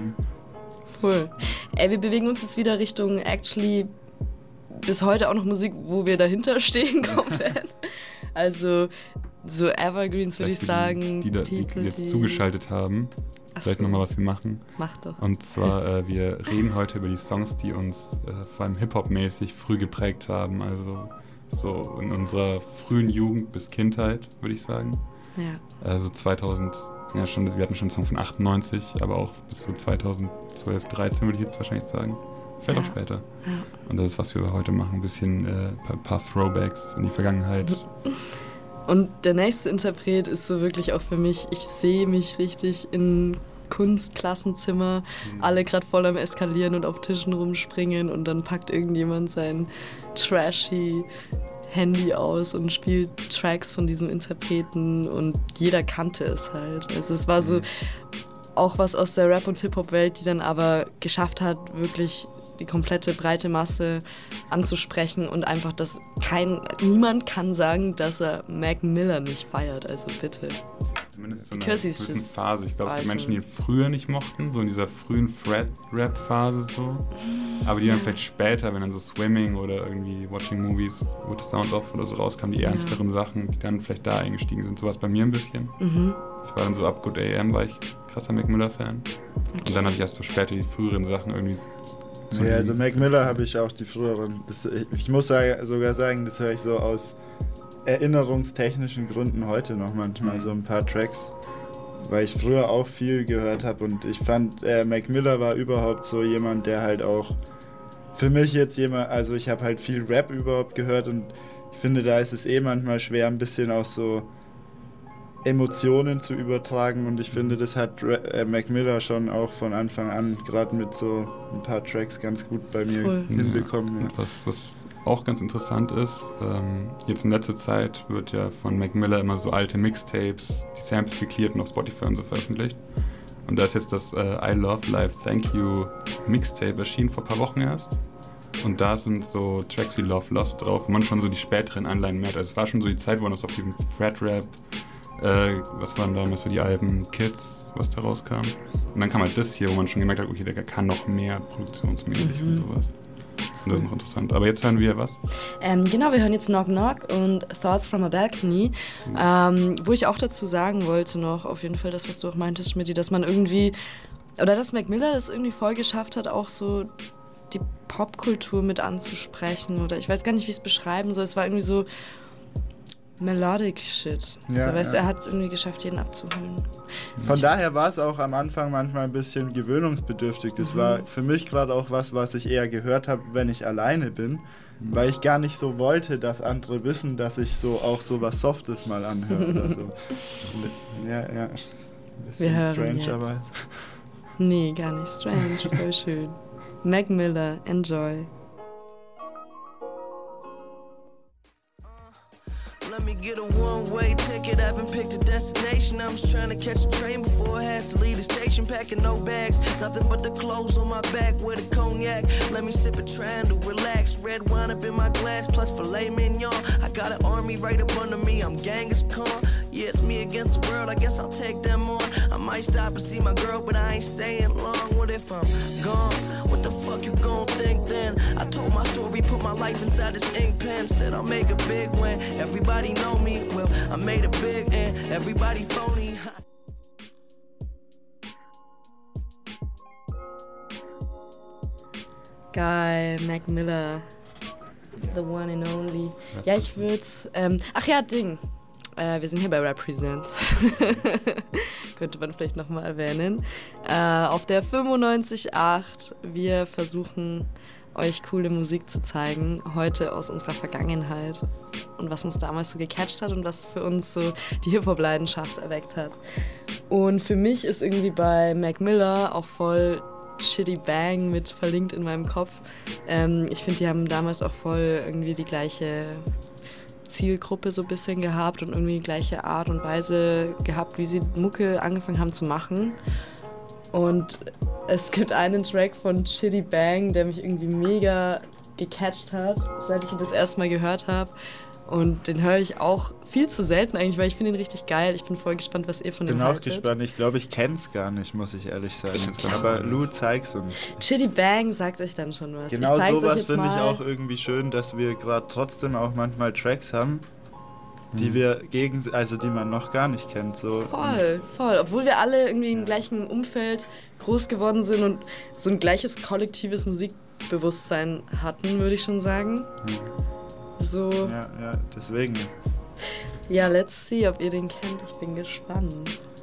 Voll. Ey, wir bewegen uns jetzt wieder Richtung actually bis heute auch noch Musik, wo wir dahinter stehen komplett. Also so Evergreens würde ich sagen. Die jetzt zugeschaltet haben. Vielleicht nochmal, was wir machen. Mach doch. Und zwar, wir reden heute über die Songs, die uns vor allem Hip-Hop-mäßig früh geprägt haben. Also so in unserer frühen Jugend bis Kindheit, würde ich sagen. Ja. Also 2000... Ja, schon, wir hatten schon einen Song von 98, aber auch bis zu 2012, 13 würde ich jetzt wahrscheinlich sagen. Vielleicht auch später. Ja. Und das ist, was wir heute machen, ein bisschen ein paar Throwbacks in die Vergangenheit. Und der nächste Interpret ist so wirklich auch für mich, ich sehe mich richtig in Kunstklassenzimmer, alle gerade voll am Eskalieren und auf Tischen rumspringen und dann packt irgendjemand sein trashy Handy aus und spielt Tracks von diesem Interpreten und jeder kannte es halt. Also es war so auch was aus der Rap- und Hip-Hop-Welt, die dann aber geschafft hat, wirklich die komplette breite Masse anzusprechen und einfach, dass niemand kann sagen, dass er Mac Miller nicht feiert, also bitte. Zumindest zu einer gewissen Phase. Ich glaube, es gibt Menschen, die ihn früher nicht mochten, so in dieser frühen Rap-Phase so. Aber die dann vielleicht später, wenn dann so Swimming oder irgendwie Watching Movies with the Sound Off oder so rauskamen, die ernsteren Sachen, die dann vielleicht da eingestiegen sind. So was bei mir ein bisschen. Ich war dann so ab Good AM, war ich krasser Mac Miller-Fan. Okay. Und dann habe ich erst so später die früheren Sachen irgendwie ja, also Mac Miller habe ich auch die früheren. Ich muss sogar sagen, das höre ich so aus erinnerungstechnischen Gründen heute noch manchmal, so ein paar Tracks, weil ich früher auch viel gehört habe und ich fand, Mac Miller war überhaupt so jemand, der halt auch für mich jetzt also ich habe halt viel Rap überhaupt gehört und ich finde, da ist es manchmal schwer, ein bisschen auch so Emotionen zu übertragen und ich finde, das hat Mac Miller schon auch von Anfang an, gerade mit so ein paar Tracks, ganz gut bei mir hinbekommen. Ja. Und was auch ganz interessant ist, jetzt in letzter Zeit wird ja von Mac Miller immer so alte Mixtapes, die Samples gecleart und auf Spotify und so veröffentlicht. Und da ist jetzt das I Love Life Thank You Mixtape erschienen vor ein paar Wochen erst. Und da sind so Tracks wie Love Lost drauf, wo man schon so die späteren Anleihen merkt. Also es war schon so die Zeit, wo man das auf diesem Thread-Rap, was waren damals so die Alben Kids, was da rauskam. Und dann kam halt das hier, wo man schon gemerkt hat, okay, der kann noch mehr produktionsmäßig und sowas. Und das ist noch interessant. Aber jetzt hören wir was? Genau, wir hören jetzt Knock Knock und Thoughts from a Balcony. Wo ich auch dazu sagen wollte noch, auf jeden Fall das, was du auch meintest, Schmidti, dass man irgendwie, oder dass Mac Miller das irgendwie voll geschafft hat, auch so die Popkultur mit anzusprechen. Oder ich weiß gar nicht, wie ich es beschreiben soll. Es war irgendwie so Melodic Shit. Ja, so, weißt du, er hat es irgendwie geschafft, jeden abzuholen. Von daher war es auch am Anfang manchmal ein bisschen gewöhnungsbedürftig. Das war für mich gerade auch was ich eher gehört habe, wenn ich alleine bin, weil ich gar nicht so wollte, dass andere wissen, dass ich so auch so was Softes mal anhöre oder so. Ja. Ein bisschen strange, jetzt. Aber... Nee, gar nicht strange. Voll schön. Mac Miller, enjoy. Let me get a one-way ticket, I haven't picked a destination. I was trying to catch a train before I had to leave the station. Packing no bags, nothing but the clothes on my back with a cognac. Let me sip it, trying to relax. Red wine up in my glass, plus filet mignon. I got an army right up under me, I'm Genghis Khan. Yeah, it's me against the world, I guess I'll take them on. I might stop and see my girl, but I ain't staying long. What if I'm gone? What the fuck you gon' think then? I told my story, put my life inside this ink pen. Said I'll make a big win, everybody know me. Well, I made a big and everybody phony. Geil, Mac Miller. The one and only. Ja, ich würde... Ding. Wir sind hier bei Represent. Könnte man vielleicht nochmal erwähnen. Auf der 95.8. Wir versuchen, euch coole Musik zu zeigen. Heute aus unserer Vergangenheit. Und was uns damals so gecatcht hat und was für uns so die Hip-Hop-Leidenschaft erweckt hat. Und für mich ist irgendwie bei Mac Miller auch voll Chitty Bang mit verlinkt in meinem Kopf. Ich finde, die haben damals auch voll irgendwie die gleiche Zielgruppe so ein bisschen gehabt und irgendwie die gleiche Art und Weise gehabt, wie sie Mucke angefangen haben zu machen. Und es gibt einen Track von Chitty Bang, der mich irgendwie mega gecatcht hat, seit ich ihn das erste Mal gehört habe. Und den höre ich auch viel zu selten eigentlich, weil ich finde ihn richtig geil. Ich bin voll gespannt, was ihr von dem haltet. Ich bin auch gespannt. Ich glaube, ich kenne es gar nicht, muss ich ehrlich sagen. Aber Lou, zeig's uns. Chitty Bang sagt euch dann schon was. Genau sowas finde ich auch irgendwie schön, dass wir gerade trotzdem auch manchmal Tracks haben, die wir die man noch gar nicht kennt. So. Voll. Obwohl wir alle irgendwie im gleichen Umfeld groß geworden sind und so ein gleiches kollektives Musikbewusstsein hatten, würde ich schon sagen. So. Ja, deswegen. Ja, let's see, ob ihr den kennt. Ich bin gespannt.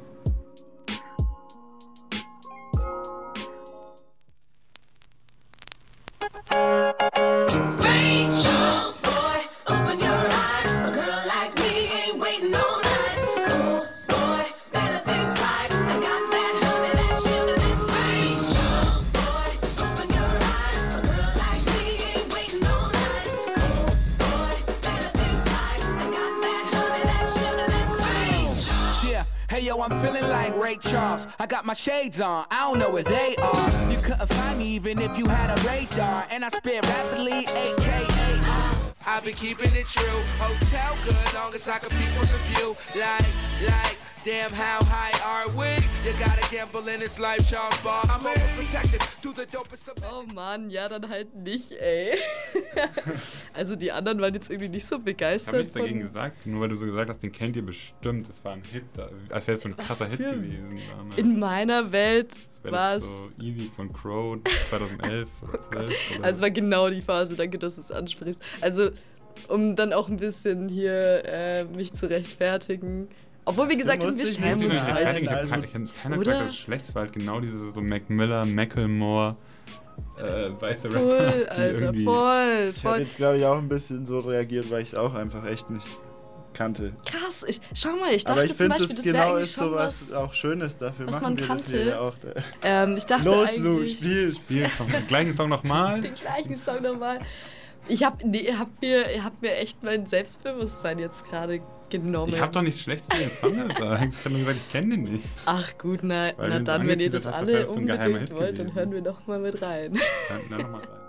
I'm feeling like Ray Charles. I got my shades on, I don't know where they are. You couldn't find me even if you had a radar. And I spit rapidly, AKA I've been keeping it true. Hotel good, long as I can peek from the view. Like, damn, how high are we? You gotta gamble in this life, Charles Bar. I'm overprotected, do the dopest. Oh Mann, ja, dann halt nicht, ey. Also die anderen waren jetzt irgendwie nicht so begeistert. Ich habe nichts dagegen gesagt, nur weil du so gesagt hast, den kennt ihr bestimmt. Das war ein Hit, als wäre es so ein krasser Hit gewesen. In meiner Welt war es so Easy von Crow 2011 oder 12. Oder? Also es war genau die Phase, danke, dass du es ansprichst. Also um dann auch ein bisschen hier mich zu rechtfertigen. Obwohl wir gesagt haben, wir schämen uns halt. Ich habe keiner gesagt, dass es schlecht war. Halt genau diese so Mac Miller, Macklemore, weiße Rapper. Voll, Alter, voll. Ich habe jetzt, glaube ich, auch ein bisschen so reagiert, weil ich es auch einfach echt nicht kannte. Krass, schau mal, ich dachte zum Beispiel, das wäre eigentlich schon was auch Schönes dafür was machen man wir kannte. Das auch. Ich dachte Los, eigentlich... Lou, spiel's. Den gleichen Song nochmal. Den gleichen Song nochmal. Ihr habt mir echt mein Selbstbewusstsein jetzt gerade genommen. Ich hab doch nichts Schlechtes zu den Song gesagt. Ich hab nur gesagt, ich kenne den nicht. Ach gut, na dann, wenn ihr das alle unbedingt wollt, dann hören wir doch mal mit rein. Dann noch mal rein.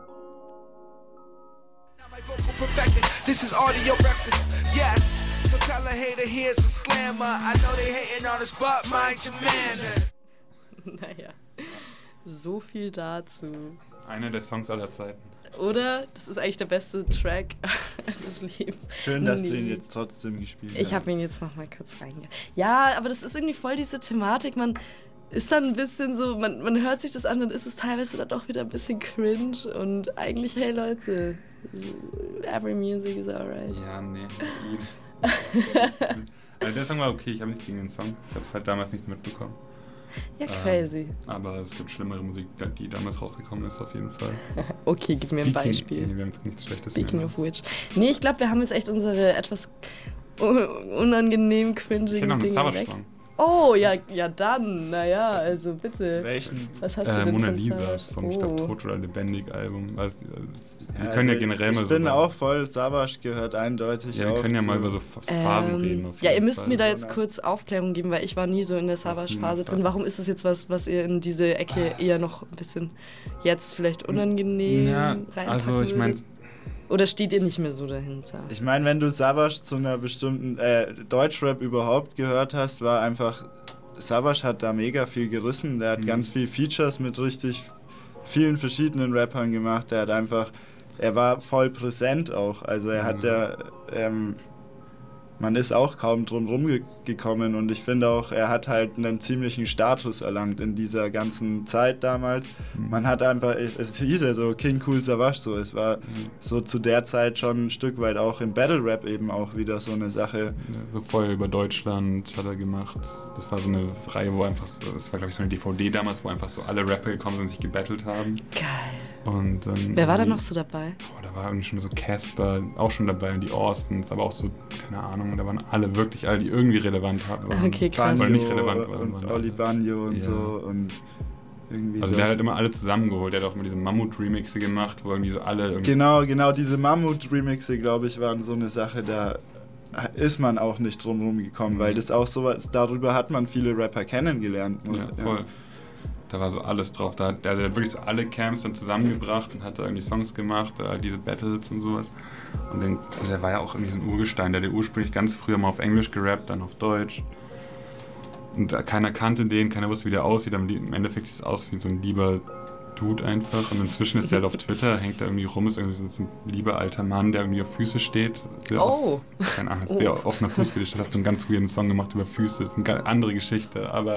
This is audio breakfast, yes. So tell a hater here's a slammer. I know they hating on us, but mind your man. Naja, so viel dazu. Einer der Songs aller Zeiten. Oder? Das ist eigentlich der beste Track des Lebens. Schön, dass du ihn jetzt trotzdem gespielt hast. Ich habe ihn jetzt noch mal kurz reingehört. Ja, aber das ist irgendwie voll diese Thematik. Man ist dann ein bisschen so, man hört sich das an, dann ist es teilweise dann doch wieder ein bisschen cringe. Und eigentlich, hey Leute, every music is alright. Ja, nee. Also der Song war okay, ich habe nichts gegen den Song. Ich habe es halt damals nicht so mitbekommen. Ja, crazy. Aber es gibt schlimmere Musik, die damals rausgekommen ist, auf jeden Fall. Okay, gib mir ein Beispiel. Nee, wir haben jetzt nichts Schlechtes Speaking of which. Nee, ich glaube, wir haben jetzt echt unsere etwas unangenehm cringigen Dinge noch einen Savage-Song. Oh, ja dann, naja, also bitte. Welchen? Was hast du denn Mona von Lisa Savage? vom Stab Tot oder Lebendig Album. Also, wir können ja generell mal so... Ich bin auch voll, Savage gehört eindeutig. Ja, wir können ja mal über so Phasen reden. Ja, ihr müsst mir da jetzt kurz Aufklärung geben, weil ich war nie so in der Savage-Phase drin. Warum ist es jetzt was ihr in diese Ecke eher noch ein bisschen jetzt vielleicht unangenehm reinpacken also ich meine... Oder steht ihr nicht mehr so dahinter? Ich meine, wenn du Savage zu einer bestimmten Deutschrap überhaupt gehört hast, war einfach, Savage hat da mega viel gerissen. Der hat ganz viel Features mit richtig vielen verschiedenen Rappern gemacht. Der hat einfach, er war voll präsent auch. Also er hat man ist auch kaum drum rumgekommen und ich finde auch, er hat halt einen ziemlichen Status erlangt in dieser ganzen Zeit damals. Man hat einfach, es hieß ja so King Kool Savas, so, es war so zu der Zeit schon ein Stück weit auch im Battle Rap eben auch wieder so eine Sache. Ja, so Feuer über Deutschland hat er gemacht. Das war so eine Reihe, wo einfach so, das war glaube ich so eine DVD damals, wo einfach so alle Rapper gekommen sind und sich gebattelt haben. Geil. Und wer war da noch so dabei? Boah, da war irgendwie schon so Casper auch schon dabei und die Austins, aber auch so, keine Ahnung, da waren alle, wirklich alle, die irgendwie relevant waren. Okay, krass. Oder nicht relevant waren. Und Oli Banjo und so und irgendwie also so. der hat halt immer alle zusammengeholt, der hat auch immer diese Mammut-Remixe gemacht, wo irgendwie so alle... Genau, diese Mammut-Remixe, glaube ich, waren so eine Sache, da ist man auch nicht drum rumgekommen, weil das auch so was, darüber hat man viele Rapper kennengelernt. Ja, voll. Da war so alles drauf. Da hat er wirklich so alle Camps dann zusammengebracht und hat da irgendwie Songs gemacht, diese Battles und sowas. Und dann, also der war ja auch irgendwie so ein Urgestein, der hat ursprünglich ganz früher mal auf Englisch gerappt, dann auf Deutsch. Und keiner kannte den, keiner wusste, wie der aussieht. Im Endeffekt sieht es aus wie so ein lieber Dude einfach. Und inzwischen ist der halt auf Twitter, hängt da irgendwie rum, ist irgendwie so ein lieber alter Mann, der irgendwie auf Füße steht. Keine Ahnung, ist der offener Fußfetisch. Das hat so einen ganz weirden Song gemacht über Füße. Das ist eine ganz andere Geschichte, aber...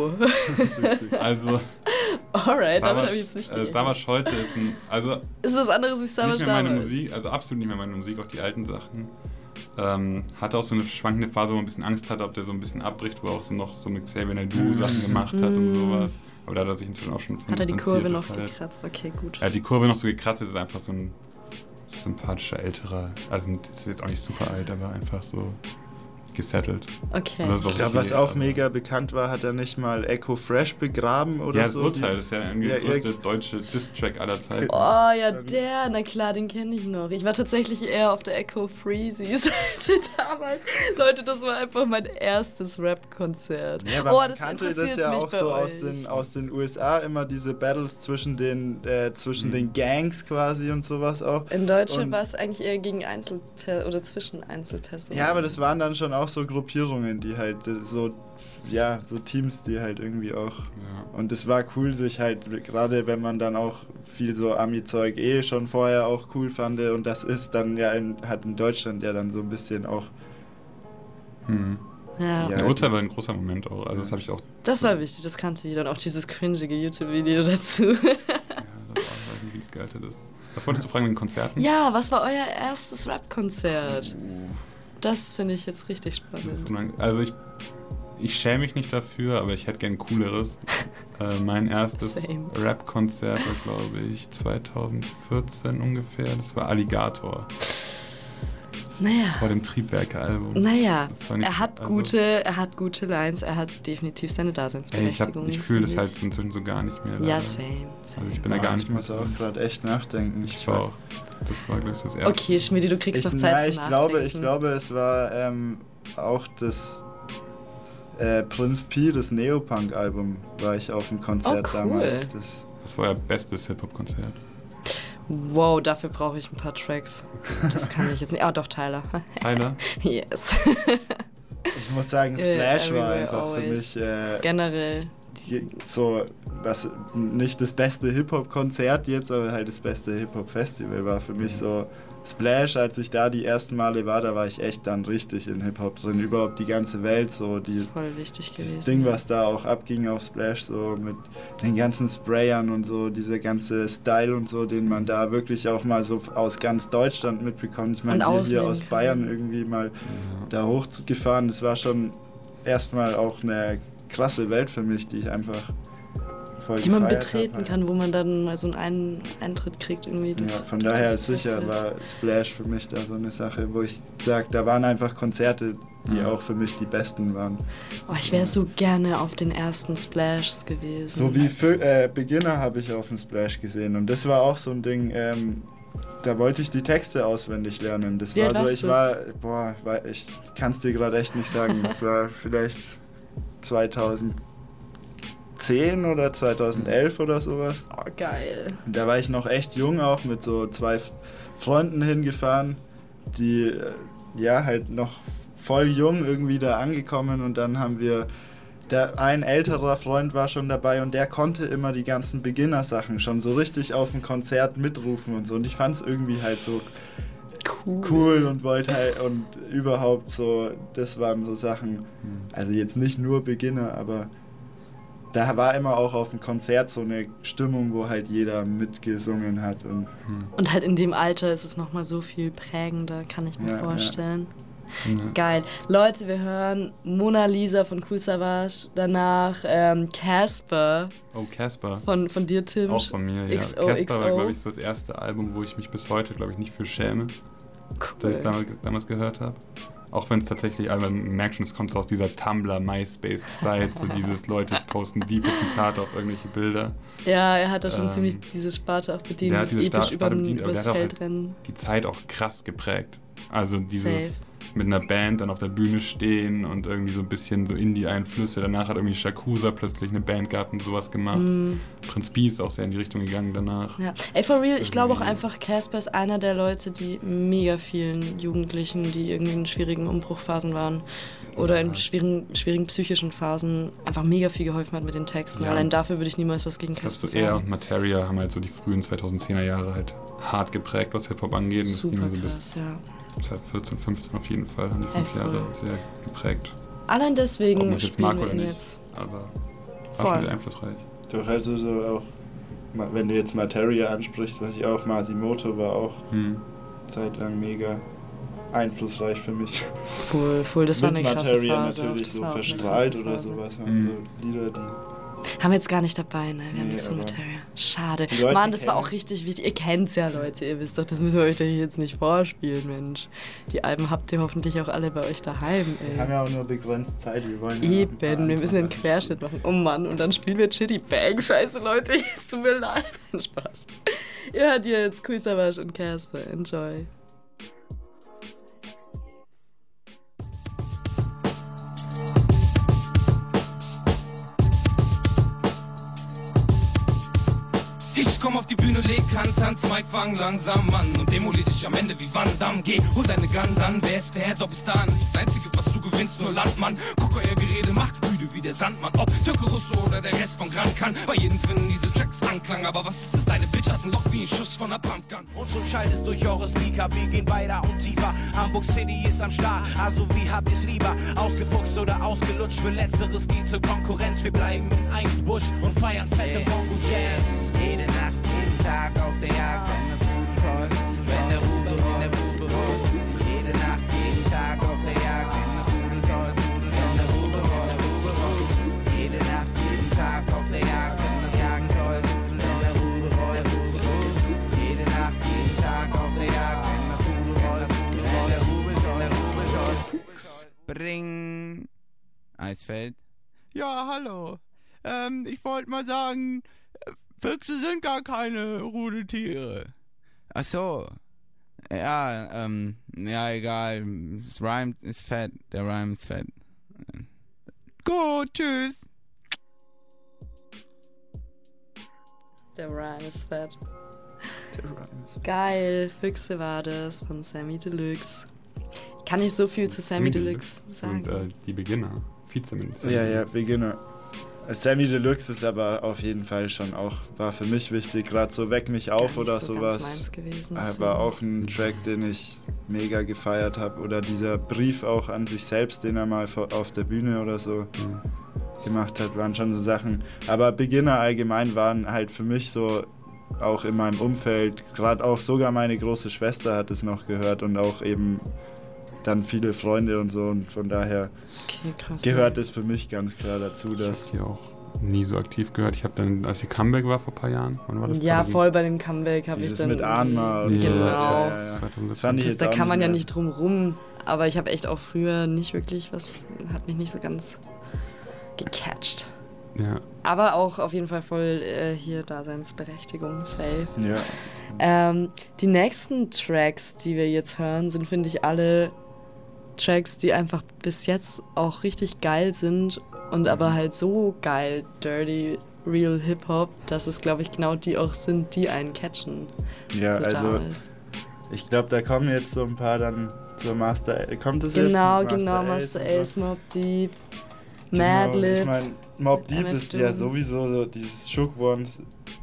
Also... Alright, damit habe ich jetzt nicht geredet. Savas heute ist ein... Also, ist was anderes wie Savas nicht mehr meine damals? Musik, also absolut nicht mehr meine Musik, auch die alten Sachen. Hatte auch so eine schwankende Phase, wo man ein bisschen Angst hatte, ob der so ein bisschen abbricht, wo er auch so noch so mit Xavier Naidoo Sachen gemacht hat und sowas. Aber da hat er sich inzwischen auch schon von Hat er die Kurve noch halt. gekratzt? Okay, gut. Er hat die Kurve noch so gekratzt, es ist einfach so ein sympathischer, älterer, also ist jetzt auch nicht super alt, aber einfach so gesettelt. Okay. Ja, was auch mega bekannt war, hat er nicht mal Echo Fresh begraben oder ja, so? Ja, das Urteil, das ist ja irgendwie der größte deutsche Diss-Track aller Zeiten. Oh ja, der, na klar, den kenne ich noch. Ich war tatsächlich eher auf der Echo Freezy-Seite damals. Leute, das war einfach mein erstes Rap-Konzert. Ja, man kannte das ja auch so aus den USA, immer diese Battles zwischen den Gangs quasi und sowas auch. In Deutschland war es eigentlich eher gegen oder zwischen Einzelpersonen. Ja, aber das waren dann schon auch so Gruppierungen, die halt so Teams, die halt irgendwie auch... Ja. Und es war cool, sich halt, gerade wenn man dann auch viel so Ami-Zeug schon vorher auch cool fand und das ist dann ja hat in Deutschland ja dann so ein bisschen auch... Ja. Der Urteil war ein großer Moment auch, also das habe ich auch... Das war wichtig, das kannte jeder, und auch dieses cringige YouTube-Video dazu. Ja, das war irgendwie ganz geil, das. Was wolltest du fragen wegen Konzerten? Ja, was war euer erstes Rap-Konzert? Das finde ich jetzt richtig spannend. Also ich schäme mich nicht dafür, aber ich hätte gern cooleres. Mein erstes Rap-Konzert war, glaube ich, 2014 ungefähr. Das war Alligator. Naja. Vor dem Triebwerke-Album. Naja, er hat gute Lines, er hat definitiv seine Daseinsberechtigung. Ich fühle das halt inzwischen so gar nicht mehr. Ja, same. Also ich bin da gar nicht mehr. Ich muss auch gerade echt nachdenken. Ich war auch. Das war, glaube ich, so das erste. Okay, Schmidi, du kriegst noch Zeit zum Nachdenken. Ich glaube, es war auch das Prinz Pi, das Neopunk-Album, war ich auf dem Konzert damals. Das war euer bestes Hip-Hop-Konzert. Wow, dafür brauche ich ein paar Tracks. Das kann ich jetzt nicht. Ah, doch, Tyler. Tyler? Yes. Ich muss sagen, Splash war einfach für mich generell so, was nicht das beste Hip-Hop-Konzert jetzt, aber halt das beste Hip-Hop-Festival war für mich so. Splash, als ich da die ersten Male war, da war ich echt dann richtig in Hip-Hop drin. Überhaupt die ganze Welt so. Das ist voll wichtig gewesen. Das Ding, was da auch abging auf Splash, so mit den ganzen Sprayern und so, dieser ganze Style und so, den man da wirklich auch mal so aus ganz Deutschland mitbekommt. Ich meine, wir hier aus Bayern irgendwie mal da hochgefahren. Das war schon erstmal auch eine krasse Welt für mich, die ich einfach... die man betreten kann, wo man dann mal so einen Eintritt kriegt irgendwie. Ja, von daher sicher war Splash für mich da so eine Sache, wo ich sage, da waren einfach Konzerte, die auch für mich die besten waren. Oh, ich wäre so gerne auf den ersten Splashs gewesen. So wie Beginner habe ich auf dem Splash gesehen und das war auch so ein Ding, da wollte ich die Texte auswendig lernen. Das war so, ich kann es dir gerade echt nicht sagen, das war vielleicht 2010 oder 2011 oder sowas. Oh, geil. Und da war ich noch echt jung auch, mit so 2 Freunden hingefahren, die halt noch voll jung irgendwie da angekommen und dann haben wir, ein älterer Freund war schon dabei und der konnte immer die ganzen Beginner-Sachen schon so richtig auf dem Konzert mitrufen und so und ich fand es irgendwie halt so cool und wollte halt und überhaupt so, das waren so Sachen, also jetzt nicht nur Beginner, aber da war immer auch auf dem Konzert so eine Stimmung, wo halt jeder mitgesungen hat. Und halt in dem Alter ist es nochmal so viel prägender, kann ich mir vorstellen. Ja. Geil. Leute, wir hören Mona Lisa von Kool Savas, danach Casper. Oh, Casper. Von dir, Tim. Auch von mir, ja. XO, Casper war, glaube ich, so das erste Album, wo ich mich bis heute, glaube ich, nicht für schäme. Dass ich es damals gehört habe. Auch wenn es tatsächlich, man merkt schon, es kommt so aus dieser Tumblr-MySpace-Zeit, so dieses Leute posten diepe Zitate auf irgendwelche Bilder. Ja, er hat da schon ziemlich diese Sparte auch bedient, der hat diese episch Sparte bedient, aber übers der hat Feld auch rennen. Halt die Zeit auch krass geprägt. Also dieses mit einer Band dann auf der Bühne stehen und irgendwie so ein bisschen so Indie-Einflüsse. Danach hat irgendwie Shakusa plötzlich eine Band gehabt und sowas gemacht. Prinz Pi ist auch sehr in die Richtung gegangen danach. Ja. Ey, for real, ich glaube auch einfach, Casper ist einer der Leute, die mega vielen Jugendlichen, die irgendwie in schwierigen Umbruchphasen waren oder in schwierigen psychischen Phasen, einfach mega viel geholfen hat mit den Texten. Ja. Allein dafür würde ich niemals was gegen Casper sagen. Er und Materia haben halt so die frühen 2010er Jahre halt hart geprägt, was Hip-Hop angeht. Super so krass, ja. Seit 14, 15 auf jeden Fall haben die 5 Jahre sehr geprägt. Allein deswegen ob man jetzt mag wir oder ihn nicht, jetzt. aber war schon sehr einflussreich. Doch, also so auch, wenn du jetzt Materia ansprichst, weiß ich auch, Masimoto war auch zeitlang mega einflussreich für mich. Voll, das war eine krasse Materia Phase. natürlich so verstrahlt oder sowas, waren so Lieder, die... Haben wir jetzt gar nicht dabei, ne? Wir haben nicht so Materia. Schade. Mann, das war auch richtig wichtig. Ihr kennt's ja, Leute. Ihr wisst doch, das müssen wir euch doch hier jetzt nicht vorspielen, Mensch. Die Alben habt ihr hoffentlich auch alle bei euch daheim, ey. Wir haben ja auch nur begrenzt Zeit. Wir wollen eben, wir müssen einen Querschnitt machen. Oh Mann, und dann spielen wir Chitty Bang. Scheiße, Leute, es tut mir leid. Spaß. Ihr hört jetzt Kool Savas und Casper. Enjoy. Ich komm auf die Bühne, leg Hand, tanz, Mike, fang langsam an und demolier dich am Ende wie Van Damme. Geh, hol deine Gun, dann wer ist fair, doch bis dahin ist das Einzige, was du gewinnst, nur Landmann. Guck, euer Gerede macht müde wie der Sandmann. Ob Türke, Russe oder der Rest von Gran kann, bei jedem finden diese Tracks Anklang. Aber was ist das, deine Bitch hat ein Loch wie ein Schuss von einer Pumpgun. Und schon schallt es durch eure Speaker, wir gehen weiter und tiefer. Hamburg City ist am Start, also wie habt ihr's lieber? Ausgefuchst oder ausgelutscht, für Letzteres geht zur Konkurrenz. Wir bleiben in Einsbusch und feiern fette Bongo-Jams. Jede Nacht, jeden Tag auf der Jagd, wenn das Ruden tost, wenn der Rube rollt. Jede Nacht, jeden Tag auf der Jagd, wenn das Ruden tost, wenn der Rube rollt. Jede Nacht, jeden Tag auf der Jagd, wenn das Jagen tost, wenn der Rube rollt. Jede Nacht, jeden Tag auf der Jagd, wenn das Ruden rollt, wenn der Rube tost. Bring. Eisfeld. Ja, hallo. Ich wollte mal sagen, Füchse sind gar keine Rudeltiere. Ach so. Ja, ja, egal. Das Rhyme ist fett. Der Rhyme ist fett. Gut, tschüss. Der Rhyme ist fett. Geil, Füchse war das von Sammy Deluxe. Kann ich so viel zu Sammy Deluxe sagen? Und die Beginner. Vizeminister. Ja, Beginner. Sammy Deluxe ist aber auf jeden Fall schon auch, war für mich wichtig, gerade so Weck mich auf oder so sowas. Meins gewesen, war auch ein Track, den ich mega gefeiert habe. Oder dieser Brief auch an sich selbst, den er mal auf der Bühne oder so gemacht hat, waren schon so Sachen. Aber Beginner allgemein waren halt für mich so, auch in meinem Umfeld, gerade auch sogar meine große Schwester hat es noch gehört und auch eben dann viele Freunde und so, und von daher gehört es für mich ganz klar dazu, dass... Ich habe die auch nie so aktiv gehört. Ich habe dann, als die Comeback war vor ein paar Jahren, wann war das? Ja, voll bei dem Comeback habe ich dann... mit Anma und genau. Ja. Das fand ich jetzt da kann man ja nicht drum rum, aber ich habe echt auch früher nicht wirklich hat mich nicht so ganz gecatcht. Ja. Aber auch auf jeden Fall voll hier Daseinsberechtigung, safe. Ja. Die nächsten Tracks, die wir jetzt hören, sind, finde ich, alle Tracks, die einfach bis jetzt auch richtig geil sind und aber halt so geil, dirty, real Hip-Hop, dass es, glaube ich, genau die auch sind, die einen catchen. Ja, so also ich glaube, da kommen jetzt so ein paar dann zur Master... Kommt das genau, jetzt? Genau, Master Ace, Mobb Deep, Madlib. Ich meine, Mobb Deep ist ja sowieso so dieses Shook Ones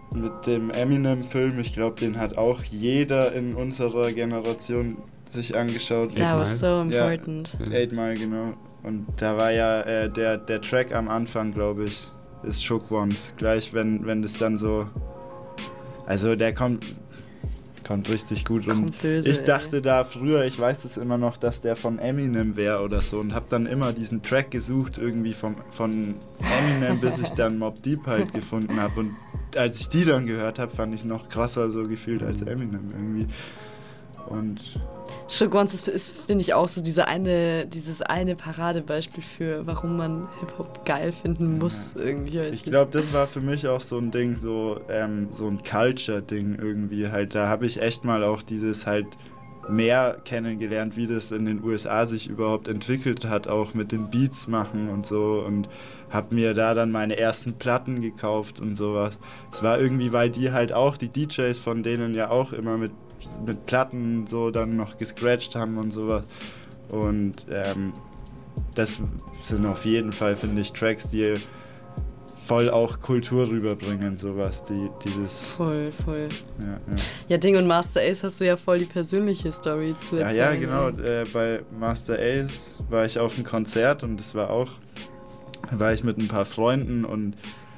mit dem Eminem-Film, ich glaube, den hat auch jeder in unserer Generation sich angeschaut. That was so important. Ja, 8 Mile, genau. Und da war ja der Track am Anfang, glaube ich, ist Shook Ones. Gleich, wenn das dann so... Also der kommt richtig gut. Und böse, ich dachte da früher, ich weiß es immer noch, dass der von Eminem wäre oder so. Und habe dann immer diesen Track gesucht, irgendwie von Eminem, bis ich dann Mobb Deep halt gefunden habe. Und als ich die dann gehört habe, fand ich es noch krasser so gefühlt als Eminem irgendwie. Und... Shook Ones ist finde ich, auch so dieses eine Paradebeispiel für, warum man Hip-Hop geil finden muss. Irgendwie. Ich glaube, das war für mich auch so ein Ding, so ein Culture-Ding irgendwie halt. Da habe ich echt mal auch dieses halt mehr kennengelernt, wie das in den USA sich überhaupt entwickelt hat, auch mit den Beats machen und so. Und habe mir da dann meine ersten Platten gekauft und sowas. Es war irgendwie, weil die halt auch, die DJs von denen ja auch immer mit Platten so dann noch gescratcht haben und sowas. Und das sind auf jeden Fall, finde ich, Tracks, die voll auch Kultur rüberbringen, sowas, dieses... Voll. Ja, Ding und Master Ace hast du ja voll die persönliche Story zu erzählen. Ja, genau. Bei Master Ace war ich auf einem Konzert und das war ich mit ein paar Freunden und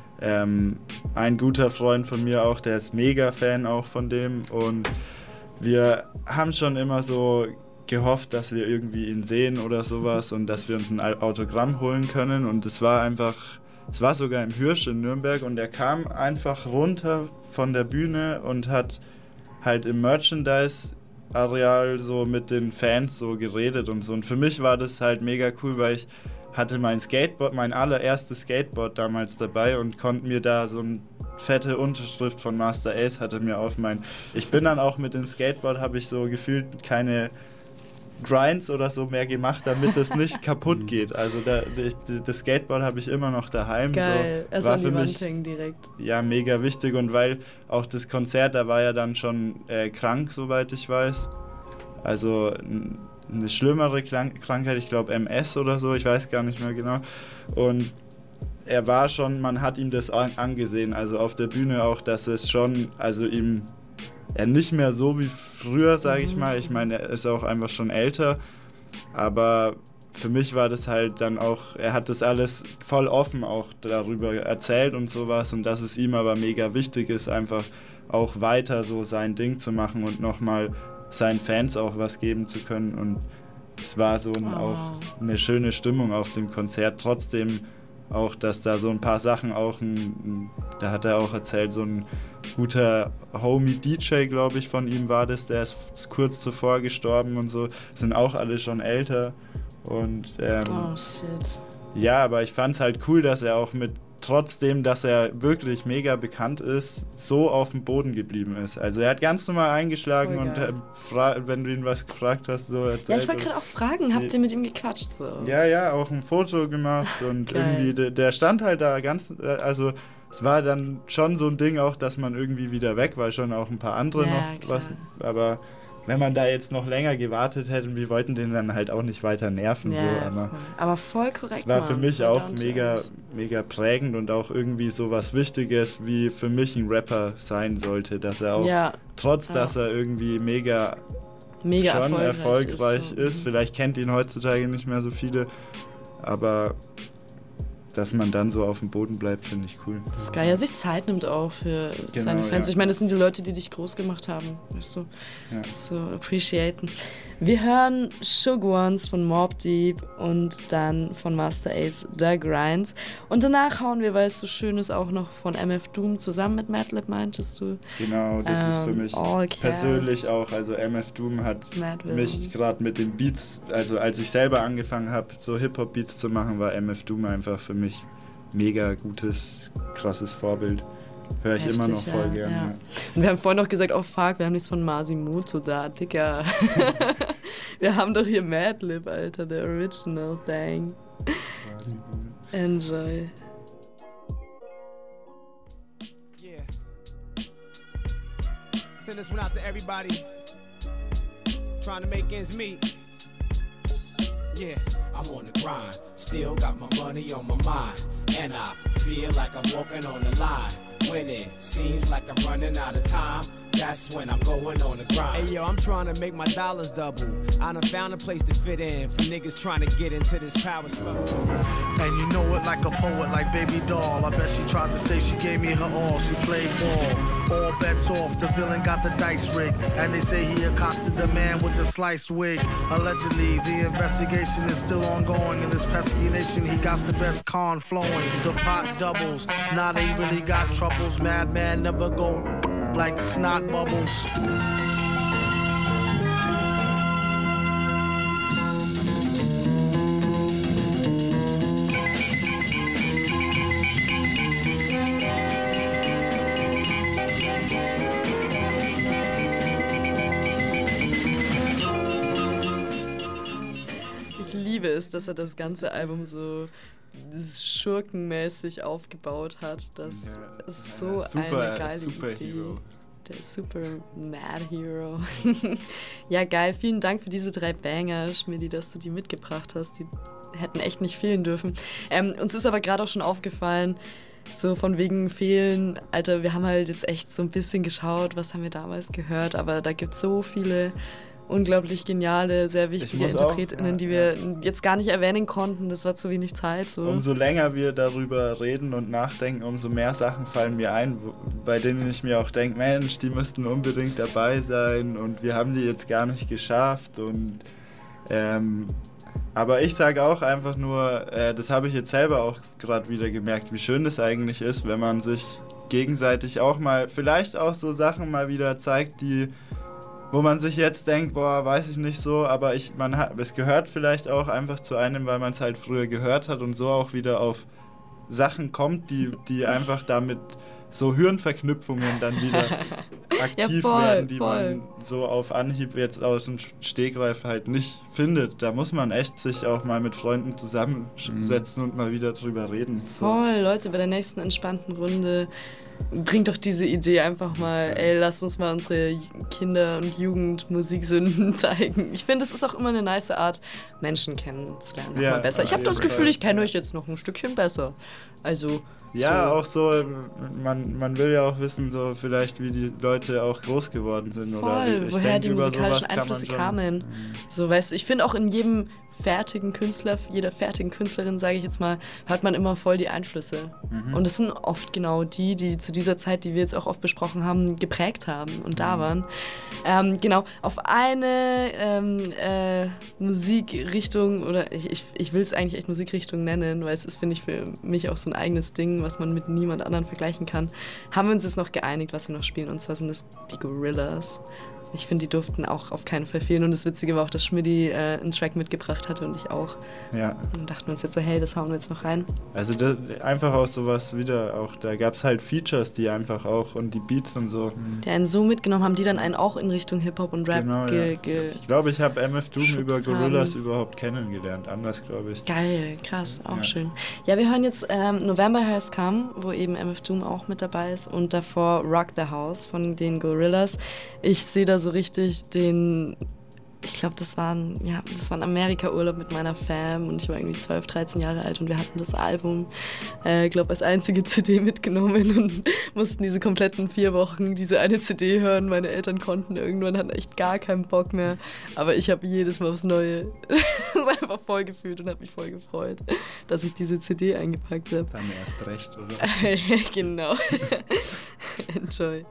ein guter Freund von mir auch, der ist mega Fan auch von dem und wir haben schon immer so gehofft, dass wir irgendwie ihn sehen oder sowas und dass wir uns ein Autogramm holen können und es war sogar im Hirsch in Nürnberg und er kam einfach runter von der Bühne und hat halt im Merchandise-Areal so mit den Fans so geredet und so und für mich war das halt mega cool, weil ich hatte mein allererstes Skateboard damals dabei und konnte mir da so eine fette Unterschrift von Master Ace ich bin dann auch mit dem Skateboard, habe ich so gefühlt keine Grinds oder so mehr gemacht, damit es nicht kaputt geht. Also das Skateboard habe ich immer noch daheim. Geil, so, es war an die für Wand mich hängen direkt. Ja, mega wichtig und weil auch das Konzert, da war ja dann schon krank, soweit ich weiß. Also eine schlimmere Krankheit, ich glaube MS oder so, ich weiß gar nicht mehr genau. Und er war schon, man hat ihm das angesehen, also auf der Bühne auch, dass es schon, also er nicht mehr so wie früher, sage ich mal. Ich meine, er ist auch einfach schon älter, aber für mich war das halt dann auch, er hat das alles voll offen auch darüber erzählt und sowas und dass es ihm aber mega wichtig ist, einfach auch weiter so sein Ding zu machen und nochmal seinen Fans auch was geben zu können und es war so auch eine schöne Stimmung auf dem Konzert, trotzdem auch, dass da so ein paar Sachen auch, da hat er auch erzählt, so ein guter Homie DJ, glaube ich, von ihm war das, der ist kurz zuvor gestorben und so, sind auch alle schon älter und ja, aber ich fand es halt cool, dass er auch trotzdem, dass er wirklich mega bekannt ist, so auf dem Boden geblieben ist. Also er hat ganz normal eingeschlagen und wenn du ihn was gefragt hast, so erzählt. Ja, ich wollte gerade auch fragen, habt ihr mit ihm gequatscht? So? Ja, auch ein Foto gemacht und irgendwie, der stand halt da ganz, also es war dann schon so ein Ding auch, dass man irgendwie wieder weg war, schon auch ein paar andere noch was, aber wenn man da jetzt noch länger gewartet hätte, wir wollten den dann halt auch nicht weiter nerven. Ja, so, aber voll korrekt. Es war für mich auch mega prägend und auch irgendwie so was Wichtiges, wie für mich ein Rapper sein sollte, dass er auch, dass er irgendwie mega schon erfolgreich ist. Vielleicht kennt ihn heutzutage nicht mehr so viele, aber dass man dann so auf dem Boden bleibt, finde ich cool. Das ist geil, ja, sich Zeit nimmt auch für seine Fans. Ja. Ich meine, das sind die Leute, die dich groß gemacht haben, weißt du, so appreciaten. Wir hören Shook Ones von Mobb Deep und dann von Master Ace, The Grind. Und danach hauen wir, weil es so schön ist, auch noch von MF Doom zusammen mit Madlib, meintest du? Genau, das ist für mich persönlich auch, also MF Doom hat mich gerade mit den Beats, also als ich selber angefangen habe, so Hip-Hop-Beats zu machen, war MF Doom einfach für mich mega gutes, krasses Vorbild. Höre ich immer noch voll gerne. Ja. Und wir haben vorhin noch gesagt, oh fuck, wir haben nichts von Masimoto da, Dicker. Wir haben doch hier Madlib, Alter, the original thing. Enjoy. Yeah. Send this one out to everybody trying to make ends meet. Yeah, I'm on the grind, still got my money on my mind, and I feel like I'm walking on the line. When it seems like I'm running out of time, that's when I'm going on the grind. Hey yo, I'm trying to make my dollars double. I done found a place to fit in for niggas trying to get into this power struggle. And you know it like a poet, like Baby Doll. I bet she tried to say she gave me her all. She played ball. All bets off. The villain got the dice rigged. And they say he accosted the man with the sliced wig. Allegedly, the investigation is still ongoing. In this pesky nation, he got the best con flowing. The pot doubles. Now they really got troubles. Madman never go like snot bubbles. Ich liebe es, dass er das ganze Album so schurkenmäßig aufgebaut hat. Das ist so eine geile Idee. Der Super Mad Hero. Ja, geil. Vielen Dank für diese 3 Banger, Schmidti, dass du die mitgebracht hast. Die hätten echt nicht fehlen dürfen. Uns ist aber gerade auch schon aufgefallen, so von wegen fehlen, Alter, wir haben halt jetzt echt so ein bisschen geschaut, was haben wir damals gehört, aber da gibt es so viele unglaublich geniale, sehr wichtige InterpretInnen, die wir jetzt gar nicht erwähnen konnten. Das war zu wenig Zeit. So. Umso länger wir darüber reden und nachdenken, umso mehr Sachen fallen mir ein, bei denen ich mir auch denke, Mensch, die müssten unbedingt dabei sein und wir haben die jetzt gar nicht geschafft. Und aber ich sage auch einfach nur, das habe ich jetzt selber auch gerade wieder gemerkt, wie schön das eigentlich ist, wenn man sich gegenseitig auch mal, vielleicht auch so Sachen mal wieder zeigt, wo man sich jetzt denkt, boah, weiß ich nicht so, aber es gehört vielleicht auch einfach zu einem, weil man es halt früher gehört hat und so auch wieder auf Sachen kommt, die einfach damit so Hirnverknüpfungen dann wieder aktiv werden, die man so auf Anhieb jetzt aus dem Stegreif halt nicht findet. Da muss man echt sich auch mal mit Freunden zusammensetzen und mal wieder drüber reden. So. Voll, Leute, bei der nächsten entspannten Runde bringt doch diese Idee einfach mal, ey, lasst uns mal unsere Kinder- und Jugendmusiksünden zeigen. Ich finde, es ist auch immer eine nice Art, Menschen kennenzulernen. Ja, mal besser. Ich habe das Gefühl, ich kenne euch jetzt noch ein Stückchen besser. Also ja, so. Auch so, man will ja auch wissen, so vielleicht, wie die Leute auch groß geworden sind. Voll, oder woher die musikalischen Einflüsse kamen. So, weißt du, ich finde auch in jedem fertigen Künstler, jeder fertigen Künstlerin, sage ich jetzt mal, hört man immer voll die Einflüsse. Mhm. Und es sind oft genau die zu dieser Zeit, die wir jetzt auch oft besprochen haben, geprägt haben und da waren. Genau, auf eine Musikrichtung, oder ich will es eigentlich echt Musikrichtung nennen, weil es ist, finde ich, für mich auch so ein eigenes Ding, was man mit niemand anderen vergleichen kann, haben wir uns jetzt noch geeinigt, was wir noch spielen, und zwar sind das die Gorillas. Ich finde, die durften auch auf keinen Fall fehlen. Und das Witzige war auch, dass Schmidti einen Track mitgebracht hatte und ich auch. Ja. Und dachten wir uns jetzt so, hey, das hauen wir jetzt noch rein. Also das, einfach auch sowas wieder, auch da gab es halt Features, die einfach auch, und die Beats und so. Die einen so mitgenommen haben, die dann einen auch in Richtung Hip-Hop und Rap Ich glaube, ich habe MF Doom über Gorillas überhaupt kennengelernt. Anders, glaube ich. Geil, krass, auch schön. Ja, wir hören jetzt November Has Come, wo eben MF Doom auch mit dabei ist, und davor Rock the House von den Gorillas. Ich sehe da so richtig ich glaube, das war ein Amerika-Urlaub mit meiner Fam und ich war irgendwie 12, 13 Jahre alt und wir hatten das Album, glaube als einzige CD mitgenommen und mussten diese kompletten 4 Wochen diese eine CD hören. Meine Eltern konnten irgendwann, hatten echt gar keinen Bock mehr, aber ich habe jedes Mal aufs Neue das einfach voll gefühlt und habe mich voll gefreut, dass ich diese CD eingepackt habe. Dann erst recht, oder? Genau. Enjoy.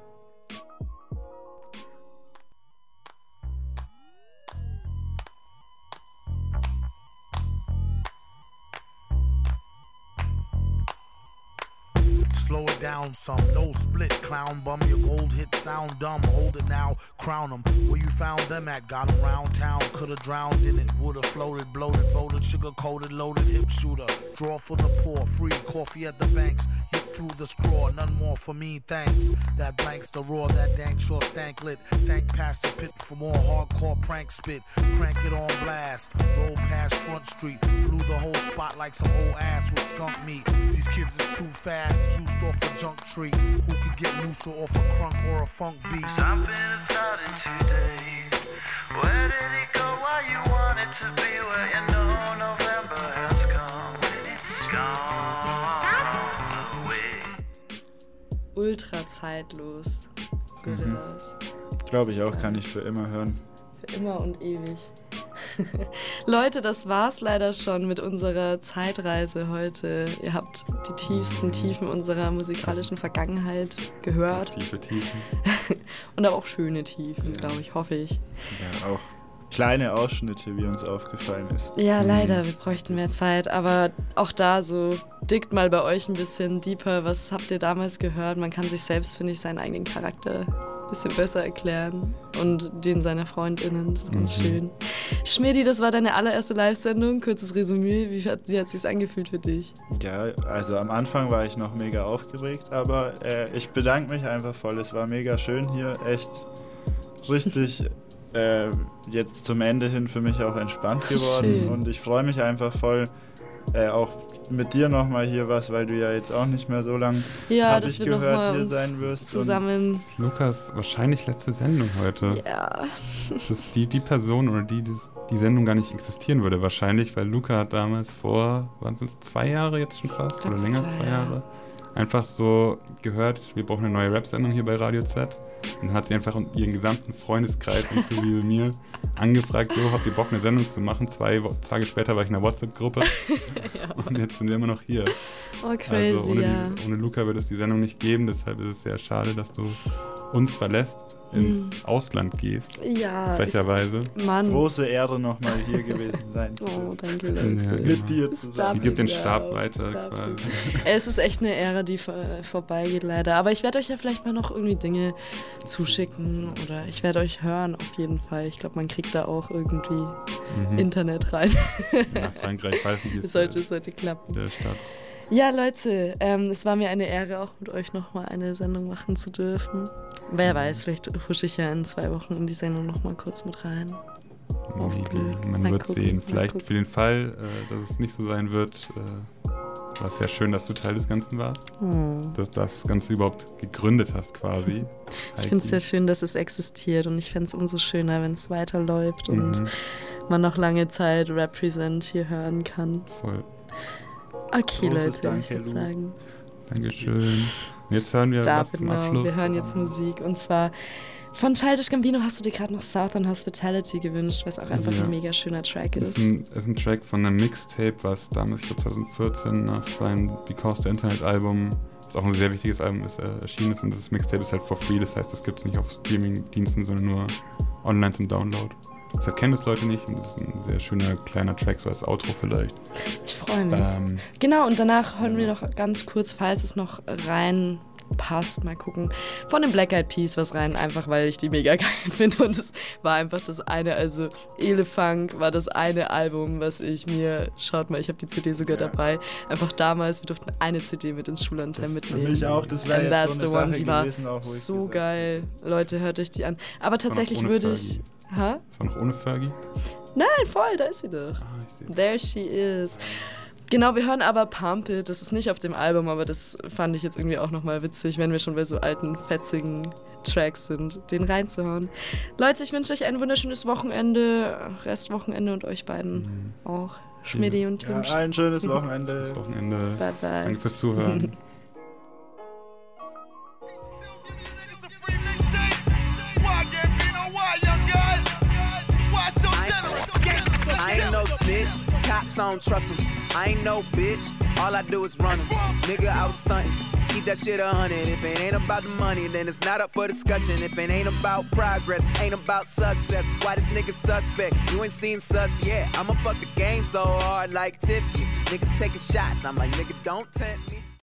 Slow it down some, no split, clown bum. Your gold hit sound dumb, hold it now, crown them. Where you found them at, got them round town. Could've drowned in it, would've floated, bloated, voted, sugar coated, loaded, hip shooter. Draw for the poor, free coffee at the banks. Hit through the straw, none more for me, thanks. That blanks the roar, that dank sure stank lit. Sank past the pit for more hardcore prank spit. Crank it on blast, roll past Front Street. Blew the whole spot like some old ass with skunk meat. These kids is too fast, juiced off a junk tree. Who could get looser off a crunk or a funk beat? Something is starting today. Where did it go? Why you want it to be? Where you know November has come. It's gone away. immer zeitlos. Gorillaz. Glaube ich auch, kann ich für immer hören. Für immer und ewig. Leute, das war's leider schon mit unserer Zeitreise heute. Ihr habt die tiefsten Tiefen unserer musikalischen Vergangenheit gehört. Tiefe Tiefen. Und aber auch schöne Tiefen, glaube ich, hoffe ich. Ja, auch kleine Ausschnitte, wie uns aufgefallen ist. Ja, leider, wir bräuchten mehr Zeit, aber auch da so, dickt mal bei euch ein bisschen deeper, was habt ihr damals gehört? Man kann sich selbst, finde ich, seinen eigenen Charakter ein bisschen besser erklären und den seiner FreundInnen, das ist ganz schön. Schmidi, das war deine allererste Live-Sendung, kurzes Resümee, wie hat es sich angefühlt für dich? Ja, also am Anfang war ich noch mega aufgeregt, aber ich bedanke mich einfach voll, es war mega schön hier, echt richtig jetzt zum Ende hin für mich auch entspannt geworden. Schön. Und ich freue mich einfach voll, auch mit dir nochmal hier was, weil du ja jetzt auch nicht mehr so lange, habe ich gehört, hier sein wirst. Zusammen. Das ist Lukas wahrscheinlich letzte Sendung heute. Ja. Dass die Person oder die Sendung gar nicht existieren würde wahrscheinlich, weil Luca hat damals vor, waren es 2 Jahre jetzt schon fast, oder länger als 2 Jahre, einfach so gehört, wir brauchen eine neue Rap-Sendung hier bei Radio Z. Und dann hat sie einfach ihren gesamten Freundeskreis, inklusive mir, angefragt, so, habt ihr Bock, eine Sendung zu machen? 2 Tage später war ich in einer WhatsApp-Gruppe und jetzt sind wir immer noch hier. Oh, crazy, also ohne Luca wird es die Sendung nicht geben, deshalb ist es sehr schade, dass du uns verlässt, ins Ausland gehst. Ja. Frecherweise. Mann. Große Ehre, nochmal hier gewesen sein zu dürfen. Oh, danke, Leute. Ja, mit dir zusammen. Sie gibt den Stab weiter quasi. Es ist echt eine Ära, die vorbeigeht leider. Aber ich werde euch ja vielleicht mal noch irgendwie Dinge zuschicken oder ich werde euch hören auf jeden Fall. Ich glaube, man kriegt da auch irgendwie Internet rein. Nach Frankreich weiß ich, es sollte klappen. Der Stadt. Ja, Leute, es war mir eine Ehre, auch mit euch nochmal eine Sendung machen zu dürfen. Wer weiß, vielleicht husche ich ja in 2 Wochen in die Sendung nochmal kurz mit rein. Man wird sehen. Vielleicht für den Fall, dass es nicht so sein wird, war es sehr schön, dass du Teil des Ganzen warst. Dass das Ganze überhaupt gegründet hast quasi. Ich finde es sehr schön, dass es existiert und ich fände es umso schöner, wenn es weiterläuft und man noch lange Zeit Represent hier hören kann. Voll. Okay, Großes Leute, ich würde sagen. Dankeschön. Jetzt hören wir was zum Abschluss. Wir hören jetzt Musik und zwar von Childish Gambino hast du dir gerade noch Southern Hospitality gewünscht, was auch einfach ein mega schöner Track ist. Ist ein Track von einem Mixtape, was damals, ich glaube 2014, nach seinem Because the Internet Album, was auch ein sehr wichtiges Album ist, erschienen ist und das Mixtape ist halt for free, das heißt, das gibt es nicht auf Streaming-Diensten, sondern nur online zum Download. Deshalb kennen das Leute nicht und das ist ein sehr schöner kleiner Track, so als Outro vielleicht. Ich freue mich. Genau, und danach hören wir noch ganz kurz, falls es noch reinpasst, mal gucken, von den Black Eyed Peas was rein, einfach weil ich die mega geil finde und es war einfach das eine, also Elefunk war das eine Album, was ich mir, schaut mal, ich habe die CD sogar dabei, einfach damals, wir durften eine CD mit ins Schullandheim mitnehmen. Für mich auch, das wäre jetzt so eine Sache gewesen, auch, wo so geil, Leute, hört euch die an. Aber tatsächlich würde ich... Das war noch ohne Fergie? Nein, voll, da ist sie doch. There she is. Genau, wir hören aber Pump It, das ist nicht auf dem Album, aber das fand ich jetzt irgendwie auch nochmal witzig, wenn wir schon bei so alten, fetzigen Tracks sind, den reinzuhauen. Leute, ich wünsche euch ein wunderschönes Wochenende, Restwochenende und euch beiden auch, Schmidi und Tim. Ja, ein schönes Wochenende. Bye, bye. Danke fürs Zuhören. I ain't no snitch, cops I don't trust 'em. I ain't no bitch, all I do is run 'em. Nigga, I was stunting, keep that shit 100. If it ain't about the money, then it's not up for discussion. If it ain't about progress, ain't about success, why this nigga suspect? You ain't seen sus yet, I'ma fuck the game so hard like Tiffany. Niggas taking shots, I'm like, nigga, don't tempt me.